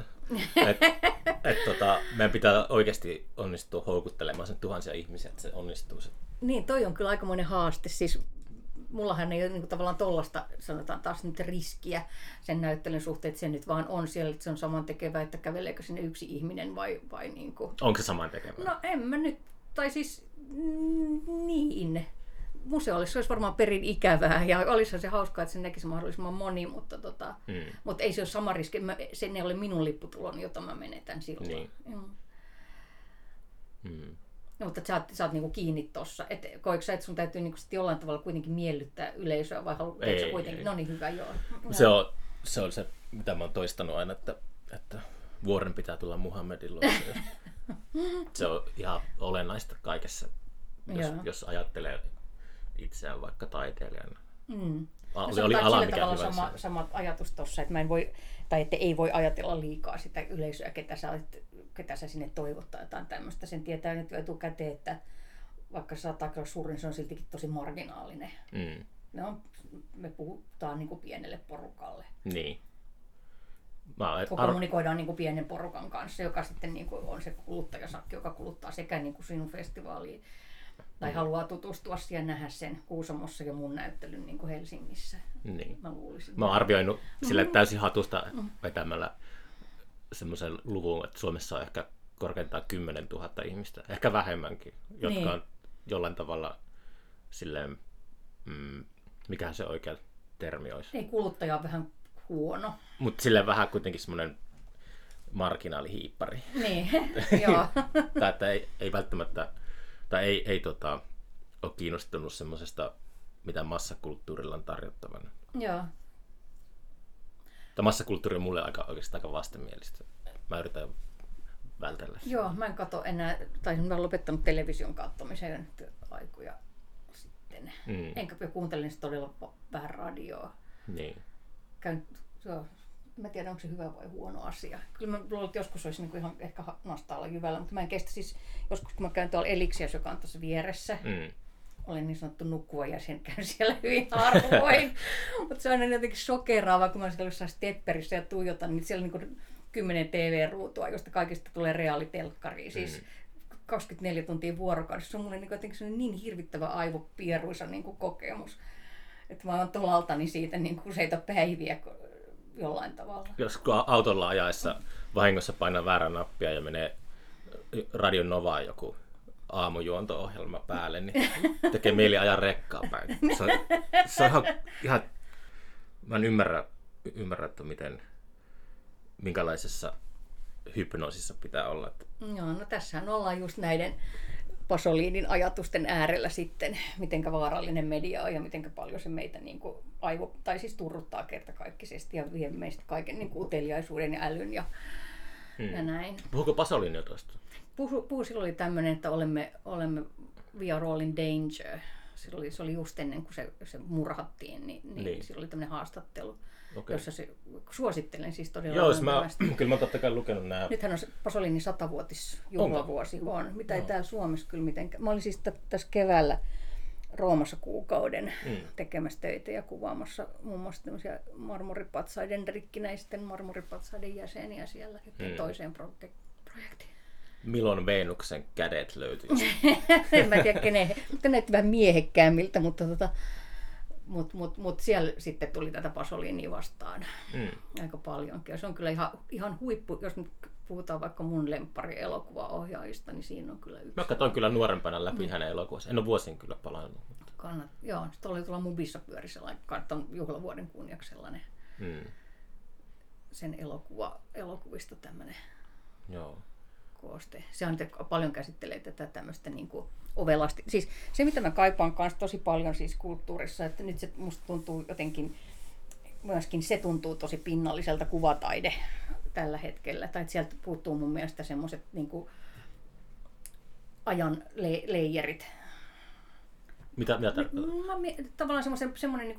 Speaker 2: Meidän pitää oikeasti onnistua houkuttelemaan sen tuhansia ihmisiä, että se onnistuu.
Speaker 1: Niin, toi on kyllä aikamoinen haaste. Siis mullahan ei ole niin kuin, tavallaan tollasta, sanotaan taas nyt riskiä sen näyttelyn suhteen, että se nyt vaan on siellä, että se on samantekevä, että käveleekö sinne yksi ihminen vai niin kuin...
Speaker 2: Onko se samantekevä?
Speaker 1: No en mä nyt, tai siis niin. Museolle se olisi varmaan perin ikävää ja olisihan se hauskaa, että se näkisi mahdollisimman moni, mutta ei se ole sama riski. Se ei ole minun lipputuloni, jota mä menetän silloin.
Speaker 2: Niin.
Speaker 1: No, mutta sä oot niinku kiinni tossa. Koetko sä, että sun täytyy niinku jollain tavalla kuitenkin miellyttää yleisöä vai haluatko sä kuitenkin?
Speaker 2: Ei.
Speaker 1: No niin, hyvä, joo.
Speaker 2: se on se, mitä mä oon toistanut aina, että vuoren pitää tulla Muhammedin luokse. Se on ihan olennaista kaikessa, jos ajattelee itseään vaikka taiteilijana.
Speaker 1: Oli ala mikä hyvänsä. Sama ajatus tuossa, että mä en voi, tai että ei voi ajatella liikaa sitä yleisöä, ketä sä sinne toivot tai jotain tämmöistä. Sen tietää nyt jo etukäteen, että vaikka saattaa olla suurin, se on siltikin tosi marginaalinen. Me puhutaan niin kuin pienelle porukalle.
Speaker 2: Niin.
Speaker 1: Kommunikoidaan niin kuin pienen porukan kanssa, joka sitten niin kuin on se kuluttajasakki, joka kuluttaa sekä niin kuin sinun festivaaliin tai haluaa tutustua siihen nähdä sen Kuusamossa ja mun näyttelyn niin kuin Helsingissä.
Speaker 2: Niin.
Speaker 1: Mä
Speaker 2: oon arvioinut sille täysin hatusta vetämällä semmoisen luvun, että Suomessa on ehkä korkeintaan 10 000 ihmistä, ehkä vähemmänkin, jotka on jollain tavalla silleen, mikähän se oikea termi olisi?
Speaker 1: Ei, kuluttaja on vähän huono.
Speaker 2: Mutta silleen vähän kuitenkin semmoinen marginaalihiippari.
Speaker 1: Niin, joo.
Speaker 2: Tai että ei välttämättä, tai ei ole kiinnostunut semmoisesta, mitä massakulttuurilla on tarjottavana.
Speaker 1: Joo.
Speaker 2: Tämä massakulttuuri on mulle oikeastaan aika vastenmielistä. Mä yritän vältellä sitä.
Speaker 1: Joo, mä en katso enää, tai mä olen lopettanut television katsomisen aikoja sitten. Enkä kuuntelin todella vähän radioa.
Speaker 2: Niin.
Speaker 1: Mä tiedän, onko se hyvä vai huono asia. Kyllä mä luulen, että joskus olisi niin ihan ehkä nastaalla jyvällä, mutta mä en kestä siis, joskus kun mä käyn tuolla Elixiassa, joka on tuossa vieressä, olen niin sanottu nukkuva jäsen, käyn siellä hyvin harvoin. Mutta se on jotenkin shokeraavaa, kun mä siellä jossain stepperissä ja tuijotan, niin siellä on niin 10 TV-ruutua, josta kaikista tulee reaalitelkkariin. Siis 24 tuntia vuorokaudessa. Se on mulle jotenkin niin hirvittävä aivopieruisa kokemus. Että mä oon tuolla altani siitä useita päiviä jollain tavalla.
Speaker 2: Jos autolla ajaessa vahingossa painaa väärää nappia ja menee Radio Novaan joku aamujuonto-ohjelma päälle, niin tekee mieli ajaa rekkaa päin. Se on ihan... Mä en ymmärrä että minkälaisessa hypnoosissa pitää olla.
Speaker 1: Joo, no tässähän ollaan just näiden Pasolinin ajatusten äärellä sitten, mitenkä vaarallinen media on ja mitenkä paljon se meitä turruttaa kertakaikkisesti ja vie meistä kaiken uteliaisuuden ja älyn ja näin.
Speaker 2: Puhuuko Pasolini jo tuosta?
Speaker 1: Silloin oli tämmöinen, että olemme we are all in danger. Se oli just ennen kuin se murhattiin, niin silloin oli tämmöinen haastattelu, jossa suosittelen siis todella.
Speaker 2: Joo, kyllä mä oon totta kai lukenut nämä.
Speaker 1: Nythän on Pasolinin 100-vuotisjuhlavuosi. Mitä ei täällä Suomessa kyllä mitenkään. Mä olin siis tässä keväällä Roomassa kuukauden tekemässä töitä ja kuvaamassa muun muassa tämmöisiä rikkinäisten marmoripatsaiden jäseniä siellä toiseen projektiin.
Speaker 2: Milloin Venuksen kädet löytyy?
Speaker 1: En mä tiedä mutta näytti vähän miehekkäämmiltä, mutta siellä sitten tuli tätä Pasolinia vastaan aika paljonkin. Ja se on kyllä ihan huippu, jos nyt puhutaan vaikka mun lemppari elokuvaohjaajista, niin siinä on kyllä yksi.
Speaker 2: Mä katsoin kyllä nuorempana läpi hänen elokuvansa. En ole vuosin kyllä palannut.
Speaker 1: Joo, sitten oli tuolla Mubissa pyöri sellainen juhlavuoden kunniaksi sellainen sen elokuvista tämmöinen.
Speaker 2: Joo.
Speaker 1: Kooste. Se on paljon käsittelee tätä tämmöistä ovelasti. Siis se, mitä mä kaipaan kanssa tosi paljon siis kulttuurissa, että nyt se musta tuntuu jotenkin, myöskin se tuntuu tosi pinnalliselta kuvataide tällä hetkellä. Tai että sieltä puuttuu mun mielestä semmoiset ajan leijerit.
Speaker 2: Mitä tarkoittaa?
Speaker 1: Tavallaan semmoinen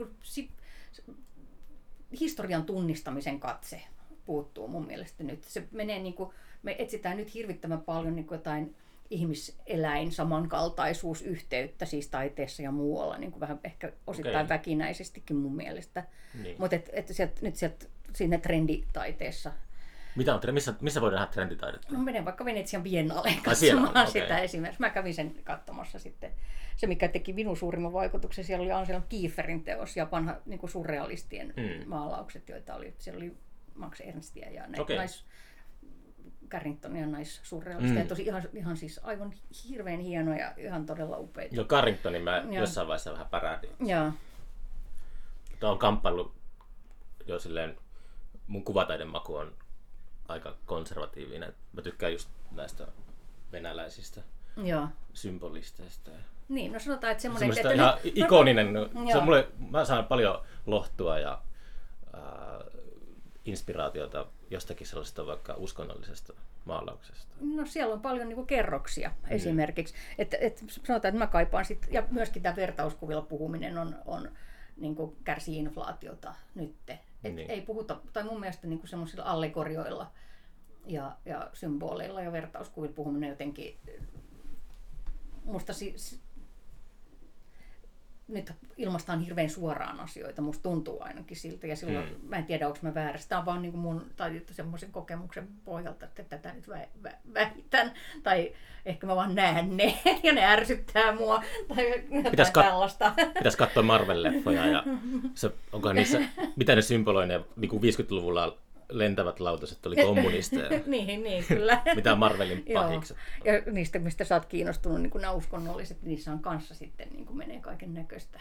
Speaker 1: historian tunnistamisen katse puuttuu mun mielestä nyt. Se menee me etsitään nyt hirvittävän paljon jotain ihmiseläin samankaltaisuusyhteyttä siis taiteessa ja muualla, vähän ehkä osittain väkinäisestikin mun mielestä. Niin. Mutta nyt sieltä siinä trenditaiteessa.
Speaker 2: Mitä on, missä voidaan nähdä trenditaidetta?
Speaker 1: No menen vaikka Venetsian Biennaaleen katsomaan sitä esimerkiksi. Mä kävin sen katsomassa sitten. Se, mikä teki minun suurimman vaikutuksen, siellä oli Anselm Kieferin teos ja vanha surrealistien maalaukset, joita oli. Siellä oli Max Ernstia ja Carringtonia naissurrealisteja. Tosi ihan siis aivan hirveän hienoja ja ihan todella upeita.
Speaker 2: Joo, Carringtonin mä jossain vaiheessa vähän pärähdin.
Speaker 1: Joo.
Speaker 2: Tämä on kamppailu jo silleen, mun kuvataiden maku on aika konservatiivinen. Mä tykkään just näistä venäläisistä symbolisteista.
Speaker 1: Niin, no sanotaan, että semmoinen...
Speaker 2: Semmoista ihan ikoninen. Se on mulle, mä saan paljon lohtua ja inspiraatiota jostakin sellaisesta vaikka uskonnollisesta maalauksesta?
Speaker 1: No siellä on paljon niin kuin kerroksia esimerkiksi. Sanotaan, että mä kaipaan sit, ja myöskin tämä vertauskuvilla puhuminen on niin kuin kärsii inflaatiota nytte. Ei puhuta, tai mun mielestä niin kuin semmoisilla allegorioilla ja symboleilla ja vertauskuvilla puhuminen jotenkin, musta nyt ilmaistaan hirveän suoraan asioita, musta tuntuu ainakin siltä, ja silloin mä en tiedä, onko mä väärässä. Tämä on vaan niin kuin mun tai semmoisen kokemuksen pohjalta, että tätä nyt vähitän, tai ehkä mä vaan näen ne, ja ne ärsyttää mua, tai tällaista.
Speaker 2: Pitäisi katsoa Marvel-leffoja, ja onkohan niissä, mitä ne symboloi, ne niin kuin 50-luvulla lentävät lautaset oli kommunisteja.
Speaker 1: niin, kyllä.
Speaker 2: Mitä Marvelin pahikset.
Speaker 1: Ja niistä, mistä sä oot kiinnostunut, niin nämä uskonnolliset, niissä on kanssa sitten niin kuin menee kaiken näköistä.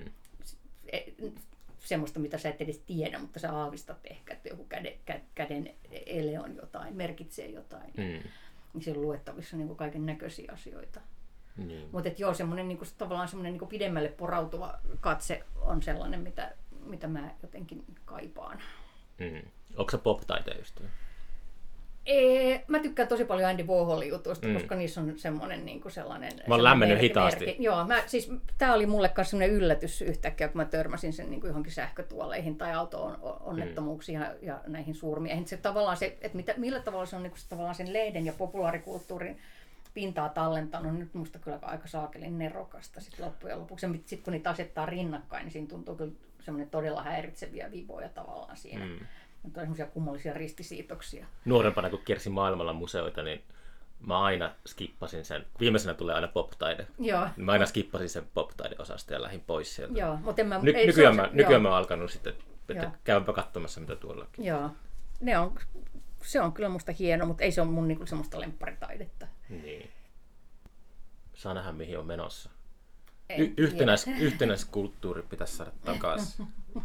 Speaker 1: Semmoista, mitä sä et edes tiedä, mutta sä aavistat ehkä, että joku käden ele on jotain, merkitsee jotain. Niin siellä on luettavissa niin kuin kaiken näköisiä asioita. Mutta joo, semmoinen niin kuin, tavallaan semmoinen niin kuin pidemmälle porautuva katse on sellainen, mitä mä jotenkin kaipaan.
Speaker 2: Onko se pop-taiteen ystävä?
Speaker 1: Mä tykkään tosi paljon Andy Warholin jutuista, koska niissä on semmoinen niin kuin sellainen...
Speaker 2: Mä oon lämmennyt hitaasti.
Speaker 1: Joo, tää oli mulle myös semmoinen yllätys yhtäkkiä, kun mä törmäsin sen niin kuin johonkin sähkötuoleihin tai auto-onnettomuuksiin ja näihin suurmiin. Se tavallaan se, että millä tavalla se on niin kuin se, tavallaan sen lehden ja populaarikulttuurin pintaa tallentanut, nyt musta kyllä aika saakelin nerokasta sit loppujen lopuksi. Ja sitten kun niitä asettaa rinnakkain, niin siinä tuntuu kyllä semmoinen todella häiritseviä vivoja tavallaan siinä. On semmoisia kummallisia ristisiitoksia.
Speaker 2: Nuorempana, kun kiersin maailmalla museoita, niin mä aina skippasin sen. Viimeisenä tulee aina pop-taide.
Speaker 1: Joo.
Speaker 2: Mä aina skippasin sen pop-taideosasta ja lähdin pois sieltä.
Speaker 1: Joo, mutta
Speaker 2: nykyään mä oon alkanut sitten, että käynpä katsomassa mitä tuollakin.
Speaker 1: Joo, se on kyllä musta hieno, mutta ei se ole mun niinku semmoista lempparitaidetta.
Speaker 2: Niin. Saa nähdä, mihin on menossa. Yhtenäiskulttuuri pitäisi saada takaisin.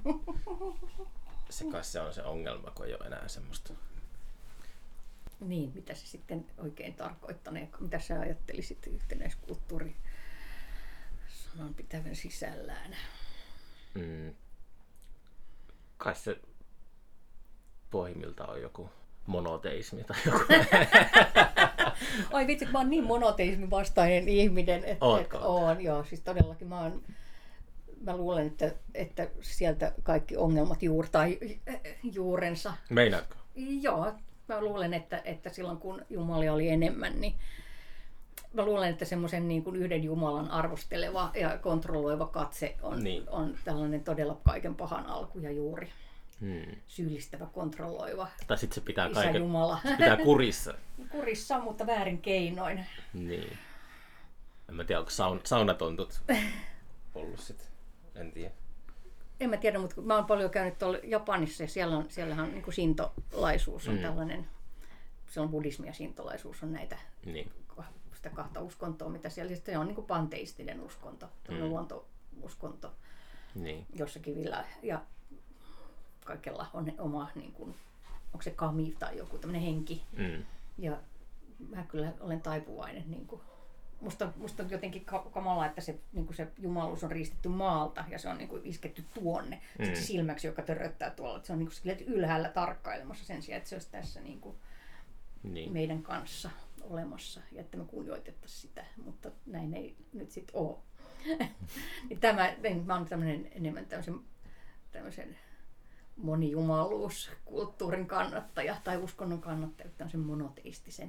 Speaker 2: Se on se ongelma, kun ei ole enää semmoista.
Speaker 1: Niin, mitä se sitten oikein tarkoittanee? Mitä sä ajattelisit yhtenäiskulttuuri sanan pitävän sisällään?
Speaker 2: Kai se pohjimmiltaan on joku monoteismi tai joku.
Speaker 1: Ai vitsi, mä oon niin monoteismin vastainen ihminen, että oon. Joo, siis todellakin mä luulen, että sieltä kaikki ongelmat juurtaa juurensa.
Speaker 2: Meinaatko?
Speaker 1: Joo, mä luulen, että silloin kun Jumalia oli enemmän, niin mä luulen, että semmoisen niin kuin yhden Jumalan arvosteleva ja kontrolloiva katse on tällainen todella kaiken pahan alku ja juuri. Syyllistävä, kontrolloiva.
Speaker 2: Tai sitten se pitää
Speaker 1: Isä Jumala.
Speaker 2: Se pitää kurissa.
Speaker 1: Kurissa, mutta väärin keinoin.
Speaker 2: Niin. En mä tiedä, onko saunatontut ollut sit. En tiedä.
Speaker 1: En mä tiedä, mutta mä oon paljon käynyt tuolla Japanissa ja siellähän niin kuin shintolaisuus on tällainen, se on buddhismi ja shintolaisuus on näitä sitä kahta uskontoa, mitä siellä sitten on niin kuin panteistinen uskonto, luontouskonto jossakin vielä ja kaikella on oma, niin kuin, onko se kami tai joku tämmöinen henki. Ja mä kyllä olen taipuvainen. Niin kuin, musta on jotenkin kamalaa, että se, niin kuin se jumaluus on riistetty maalta ja se on niin kuin isketty tuonne. Se silmäksi, joka törröttää tuolla. Että se on niin kuin ylhäällä tarkkailemassa sen sijaan, että se olisi tässä niin kuin meidän kanssa olemassa ja että me kunnioitettaisiin sitä. Mutta näin ei nyt sitten ole. Mä oon enemmän tämmöisen monijumaluuskulttuurin kannattaja tai uskonnon kannattaja, tämmöisen monoteistisen.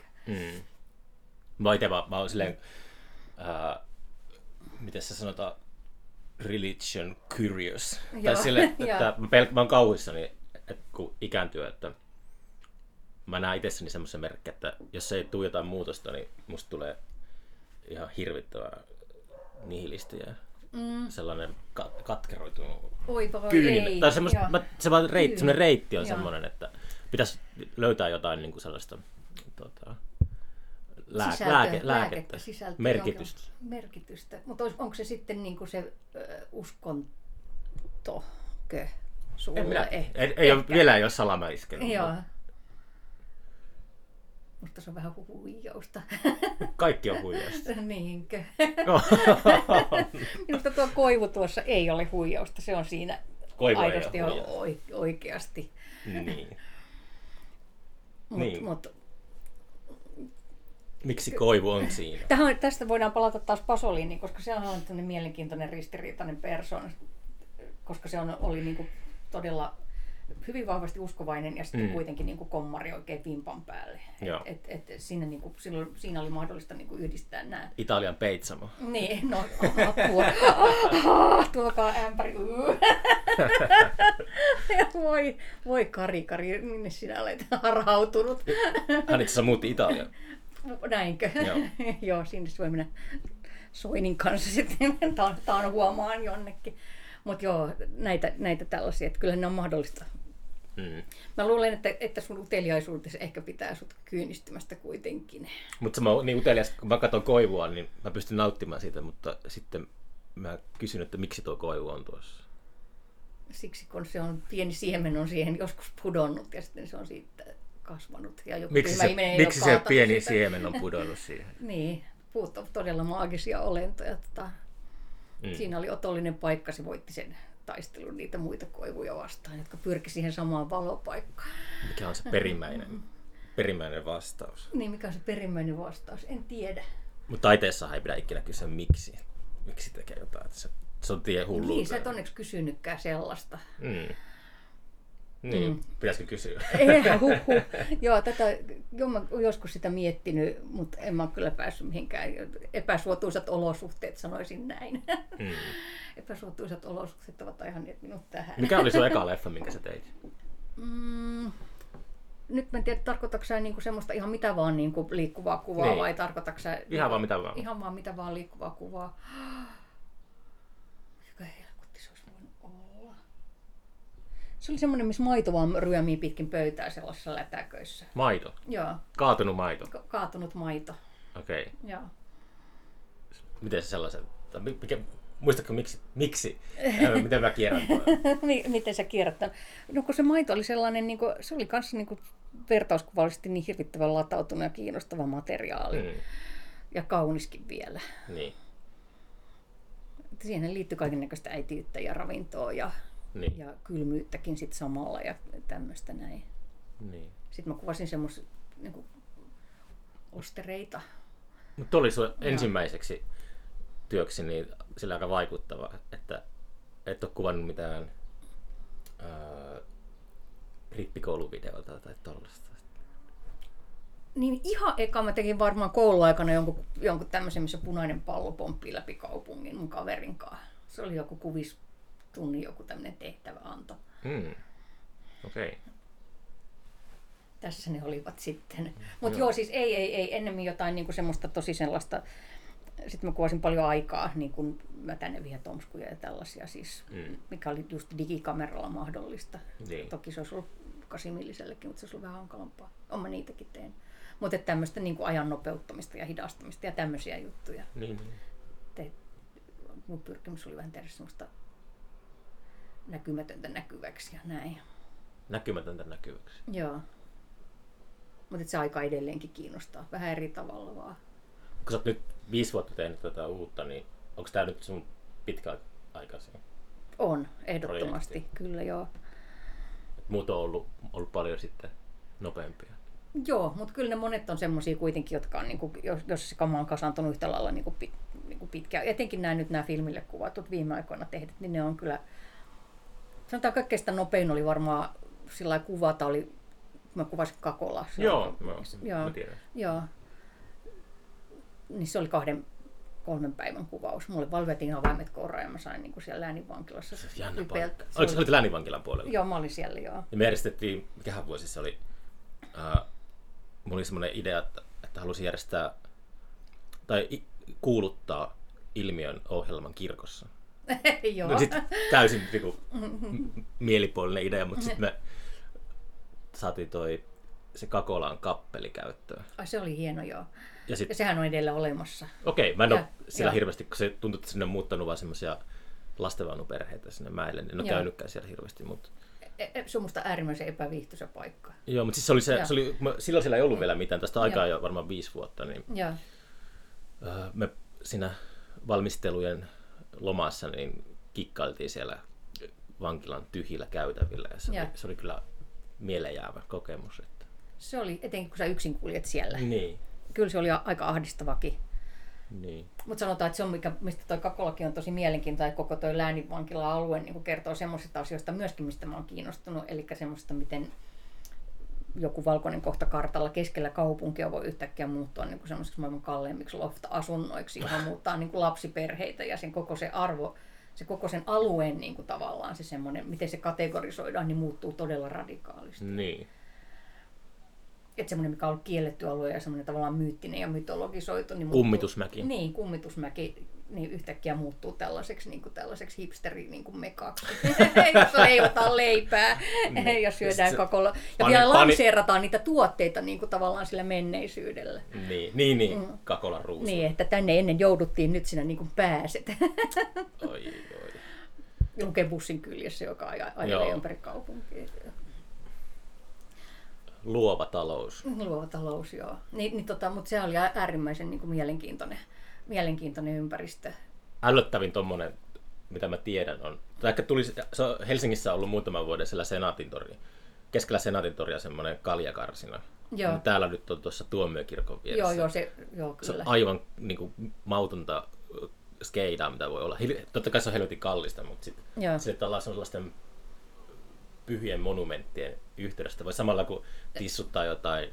Speaker 2: Mä oon silleen, miten se sanotaan, religion curious. Tai silleen, että mä oon kauhuissani, että kun ikääntyy, että mä näen itsessäni semmoisen merkki, että jos ei tule jotain muutosta, niin musta tulee ihan hirvittävä nihilisti ja sellainen katkeroitunut kyynimä. Tai semmoinen reitti on semmoinen, että pitäisi löytää jotain niin kuin sellaista lääkettä, merkitystä.
Speaker 1: Mutta onko se sitten niin kuin se uskontokö sulle?
Speaker 2: Vielä ei ole salama iskenyt.
Speaker 1: Joo. Musta se on vähän huijausta.
Speaker 2: Kaikki on huijausta.
Speaker 1: Niinkö? Minusta tuo koivu tuossa ei ole huijausta. Se on siinä
Speaker 2: Koivu ei
Speaker 1: aidosti
Speaker 2: ole
Speaker 1: oikeasti.
Speaker 2: Niin.
Speaker 1: Mut,
Speaker 2: Miksi koivu on siinä?
Speaker 1: Tästä voidaan palata taas Pasoliniin, koska se on tämmöinen mielenkiintoinen ristiriitainen persoona, koska se oli niin kuin todella hyvin vahvasti uskovainen ja sitten kuitenkin niin kuin kommari oikein vimpan päälle. Siinä oli mahdollista niin kuin yhdistää nämä.
Speaker 2: Italian Peitsamo.
Speaker 1: Niin, no apua. Tuokaa ämpäri. Voi Kari, minne sinä olet harhautunut.
Speaker 2: Hän itse asiassa muutti Italiaan.
Speaker 1: Näinkö?
Speaker 2: Joo.
Speaker 1: Joo, sinne voi mennä Soinin kanssa sitten huomaan jonnekin. Mutta joo, näitä tällaisia, että kyllä ne on mahdollista. Mä luulen, että sun uteliaisuutesi ehkä pitää sut kyynistymästä kuitenkin.
Speaker 2: Mutta mä oon niin utelias, kun mä katson koivua, niin mä pystyn nauttimaan siitä, mutta sitten mä kysyn, että miksi tuo koivu on tuossa.
Speaker 1: Siksi, kun se on pieni siemen on siihen joskus pudonnut ja sitten se on siitä kasvanut. Ja joku
Speaker 2: miksi se pieni siemen on pudonnut siihen?
Speaker 1: Niin, puut on todella maagisia olentoja. Siinä oli otollinen paikka, se voitti sen taistelun niitä muita koivuja vastaan, jotka pyrki siihen samaan valopaikkaan.
Speaker 2: Mikä on se perimmäinen vastaus?
Speaker 1: Niin, mikä on se perimmäinen vastaus? En tiedä.
Speaker 2: Mutta taiteessahan ei pidä ikinä kysyä miksi. Miksi tekee jotain? Se on tie hulluuteen.
Speaker 1: Niin, sä et onneksi kysynytkään sellaista.
Speaker 2: Niin, pitäisikö kysyä?
Speaker 1: Joo, mä joskus sitä miettinyt, mutta en mä kyllä päässyt mihinkään. Epäsuotuisat olosuhteet, sanoisin näin. Epäsuotuisat olosuhteet ovat ajanneet minut tähän.
Speaker 2: Mikä oli sun eka leffa, minkä sä teit?
Speaker 1: Nyt mä en tiedä, tarkoitatko sä niinku semmoista ihan mitä vaan niinku liikkuvaa kuvaa niin. Vai tarkoitatko sä...
Speaker 2: Ihan vaan mitä vaan.
Speaker 1: Ihan vaan mitä vaan liikkuvaa kuvaa. Mikä helkutti se olisi voinut olla? Se oli semmoinen, missä maito vaan ryömii pitkin pöytää sellaisessa lätäköissä.
Speaker 2: Maito?
Speaker 1: Joo.
Speaker 2: Kaatunut maito?
Speaker 1: Kaatunut maito.
Speaker 2: Okei. Okay.
Speaker 1: Joo.
Speaker 2: Miten se sellaisen... Muistatko miksi? Miten mä kierrän?
Speaker 1: Miten sä kierrät tämän? No kun se maito oli sellainen, niin kuin, se oli kanssa niin kuin vertauskuvallisesti niin hirvittävän latautunut ja kiinnostava materiaali. Ja kauniskin vielä.
Speaker 2: Niin.
Speaker 1: Siihen liittyy kaikennäköistä äitiyttä ja ravintoa ja kylmyyttäkin sit samalla ja tämmöistä näin.
Speaker 2: Niin.
Speaker 1: Sitten mä kuvasin semmoisia niin ostereita.
Speaker 2: Mutta oli sun ensimmäiseksi työksi niin sillä aika vaikuttava, että et ole kuvannut mitään rippikouluvideota tai tollaista.
Speaker 1: Niin ihan eka mä tekin varmaan kouluaikana jonkun tämmöisen, missä punainen pallo pomppii läpi kaupungin mun kaverin kanssa. Se oli joku kuvistunnin joku tämmöinen tehtäväanto.
Speaker 2: Okei. Okay.
Speaker 1: Tässä ne olivat sitten. Mutta joo, siis ei ennemmin jotain niinku semmoista tosi sellaista. Sitten mä kuvasin paljon aikaa, niin kuin mätäneviä tomskuja ja tällaisia, siis, mikä oli just digikameralla mahdollista. Niin. Toki se olisi ollut 8-millisellekin, mutta se olisi ollut vähän hankalampaa. Mä niitäkin tein. Mutta tämmöistä niin kuin ajan nopeuttamista ja hidastamista ja tämmöisiä juttuja.
Speaker 2: Niin.
Speaker 1: Mun pyrkimys oli vähän tehdä semmoista näkymätöntä näkyväksi ja näin.
Speaker 2: Näkymätöntä näkyväksi?
Speaker 1: Joo. Mutta se aika edelleenkin kiinnostaa. Vähän eri tavalla vaan.
Speaker 2: Kun sä oot nyt 5 vuotta tehnyt tätä uutta, niin onko tää nyt sun pitkäaikaisia?
Speaker 1: On, ehdottomasti. Projekti? Kyllä, joo.
Speaker 2: Muut on ollut paljon sitten nopeampia.
Speaker 1: Joo, mutta kyllä ne monet on semmosia kuitenkin, jotka on, niinku, jos se kama on kasaantunut yhtä lailla niinku pitkään. Etenkin nämä filmille kuvatut viime aikoina tehdyt, niin ne on kyllä... Sanotaan kaikkein nopein oli varmaan sillä kuvata, mä kuvasin Kakolaa.
Speaker 2: Joo, mä tiedän.
Speaker 1: Joo. Niin se oli 2-3 päivän kuvaus. Mulle valvettiin avaimet kouraan ja mä sain niin siellä lääninvankilassa.
Speaker 2: Se on jännä paikka. Olit lääninvankilan puolella?
Speaker 1: Joo, mä olin siellä, joo.
Speaker 2: Ja me järjestettiin, mikähän vuosi se oli, mulla oli semmoinen idea, että halusin järjestää tai kuuluttaa Ilmiön ohjelman kirkossa.
Speaker 1: Joo.
Speaker 2: No sitten täysin mielipuolinen idea, mutta sitten me saatiin se Kakolan kappeli käyttöön.
Speaker 1: Ai, se oli hieno, joo.
Speaker 2: Ja
Speaker 1: sehän on edelleen olemassa.
Speaker 2: Okei, mä en ole siellä hirveästi, kun se tuntuu, että sinne on muuttanut vaan semmoisia lastenvaunuperheitä sinne mäelle. En ole käynytkään siellä hirveästi, mutta...
Speaker 1: Se on musta äärimmäisen epäviihtyisä paikka.
Speaker 2: Joo, mutta siis silloin siellä ei ollut vielä mitään. Tästä aikaa jo varmaan 5 vuotta. Niin me siinä valmistelujen lomassa niin kikkailtiin siellä vankilan tyhjillä käytävillä. Ja se oli kyllä mieleenjäävä kokemus. Että...
Speaker 1: Se oli, etenkin kun sä yksin kuljet siellä.
Speaker 2: Niin.
Speaker 1: Kyllä se oli aika ahdistavakin.
Speaker 2: Niin.
Speaker 1: Mutta sanotaan, että se on, mistä toi Kakolakin on tosi mielenkiintoinen, tai koko toi lääninvankila-alue niin kertoo semmoisista asioista myöskin, mistä mä oon kiinnostunut. Eli semmoista, miten joku valkoinen kohta kartalla keskellä kaupunkia voi yhtäkkiä muuttua niin semmoisiksi maailman kalleimmiksi loft-asunnoiksi, johon muuttaa niin lapsiperheitä ja sen koko se arvo, se koko sen alueen niin kuin tavallaan se semmoinen, miten se kategorisoidaan, niin muuttuu todella radikaalisti.
Speaker 2: Niin.
Speaker 1: Että semmoinen, mikä on ollut kielletty alue ja semmoinen tavallaan myyttinen ja mytologisoitu. Niin
Speaker 2: Kummitusmäki.
Speaker 1: Niin, kummitusmäki niin yhtäkkiä muuttuu tällaiseksi hipsteri mekaksi. Jossa leivotaan leipää ja syödään kakolla. Ja vielä lanseerataan niitä tuotteita niin kuin tavallaan sillä menneisyydellä.
Speaker 2: Niin, kakolan ruusu.
Speaker 1: Niin, että tänne ennen jouduttiin, nyt sinä niin kuin pääset.
Speaker 2: Oi.
Speaker 1: Lukee bussin kyljessä, joka ajelee ympäri kaupunkia.
Speaker 2: Luova talous.
Speaker 1: Luova talous, joo. Mutta se oli äärimmäisen niin kuin mielenkiintoinen ympäristö.
Speaker 2: Ällöttävin tommonen, mitä mä tiedän, on... Se on Helsingissä ollut muutaman vuoden siellä Senaatintori. Keskellä Senaatintoria semmoinen kaljakarsina.
Speaker 1: Joo.
Speaker 2: Täällä nyt on tuossa Tuomiokirkon vieressä.
Speaker 1: Joo, kyllä.
Speaker 2: Se on aivan niin kuin, mautonta skeidaa, mitä voi olla. Totta kai se on helvetin kallista, mutta sitten ollaan sellaisten pyhien monumenttien yhteydestä. Voi samalla kun tissuttaa jotain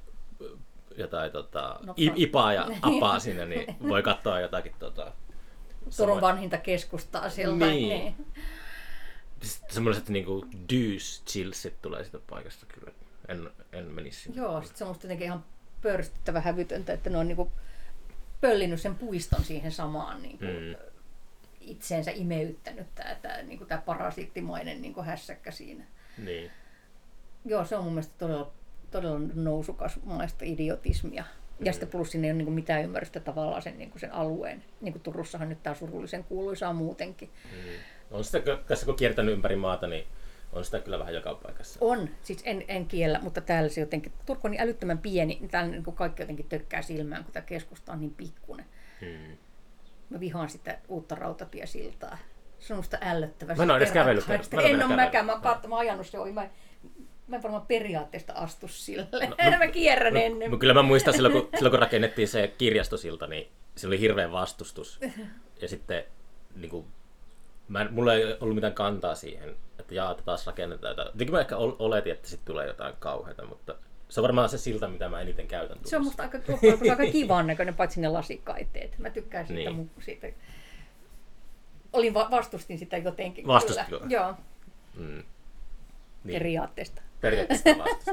Speaker 2: ipaa ja apaa siinä, niin voi katsoa jotakin
Speaker 1: Turun vanhinta keskustaa sieltä.
Speaker 2: Niin. Semmoiset niinku dyys chillsit tulee siitä paikasta kyllä. En menisi sinne.
Speaker 1: Joo, sit se on musta jotenkin ihan pöyristyttävä hävytöntä, että ne on niinku pöllinyt sen puiston siihen samaan niinku itseensä imeyttänyt tää niinku tää parasiittimainen niinku hässäkkä siinä.
Speaker 2: Niin.
Speaker 1: Joo, se on mun mielestä todella nousukasmaista idiotismia. Ja sitten plus sinne ei ole niin mitään ymmärrystä tavallaan sen alueen. Niin kuin Turussahan nyt tämä surullisen kuuluisaa muutenkin.
Speaker 2: On sitä, tässä kun kiertänyt ympäri maata, niin on sitä kyllä vähän joka paikassa.
Speaker 1: On, siis en kiellä, mutta täällä se jotenkin, Turku on niin älyttömän pieni, niin täällä niin kaikki jotenkin tökkää silmään, kun tämä keskusta on niin pikkuinen. Mä vihaan sitä uutta rautatiesiltaa. Se on musta ällöttävä.
Speaker 2: Mä en ole edes kävellyt.
Speaker 1: En ole mäkään, mä oon ajanut se ohi. Mä en varmaan periaatteesta astu sille. Mä kierrän ennen.
Speaker 2: Kyllä mä muistan silloin kun rakennettiin se kirjastosilta, niin se oli hirveän vastustus. Ja sitten niin kuin, mulla ei ollut mitään kantaa siihen, että taas rakennetaan jotain. Tietenkin mä ehkä oletin, että sitten tulee jotain kauheata, mutta se on varmaan se silta, mitä mä eniten käytän Turussa.
Speaker 1: Se on musta aika kivan näköinen, paitsi ne lasikaiteet. Mä tykkään siitä. Vastustin sitä jotenkin.
Speaker 2: Vastustitko?
Speaker 1: Kyllä. Joo.
Speaker 2: Niin.
Speaker 1: Periaatteesta.
Speaker 2: Periaatteesta vastustin.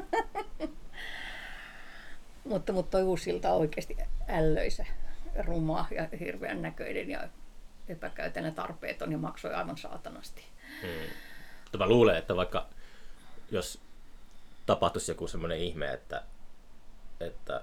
Speaker 1: mutta toi uusi silta on oikeasti ällöisä, ruma ja hirveän näköinen ja epäkäytännön tarpeeton ja maksoi aivan saatanasti.
Speaker 2: Mutta mä luulen, että vaikka jos tapahtuisi joku semmoinen ihme, että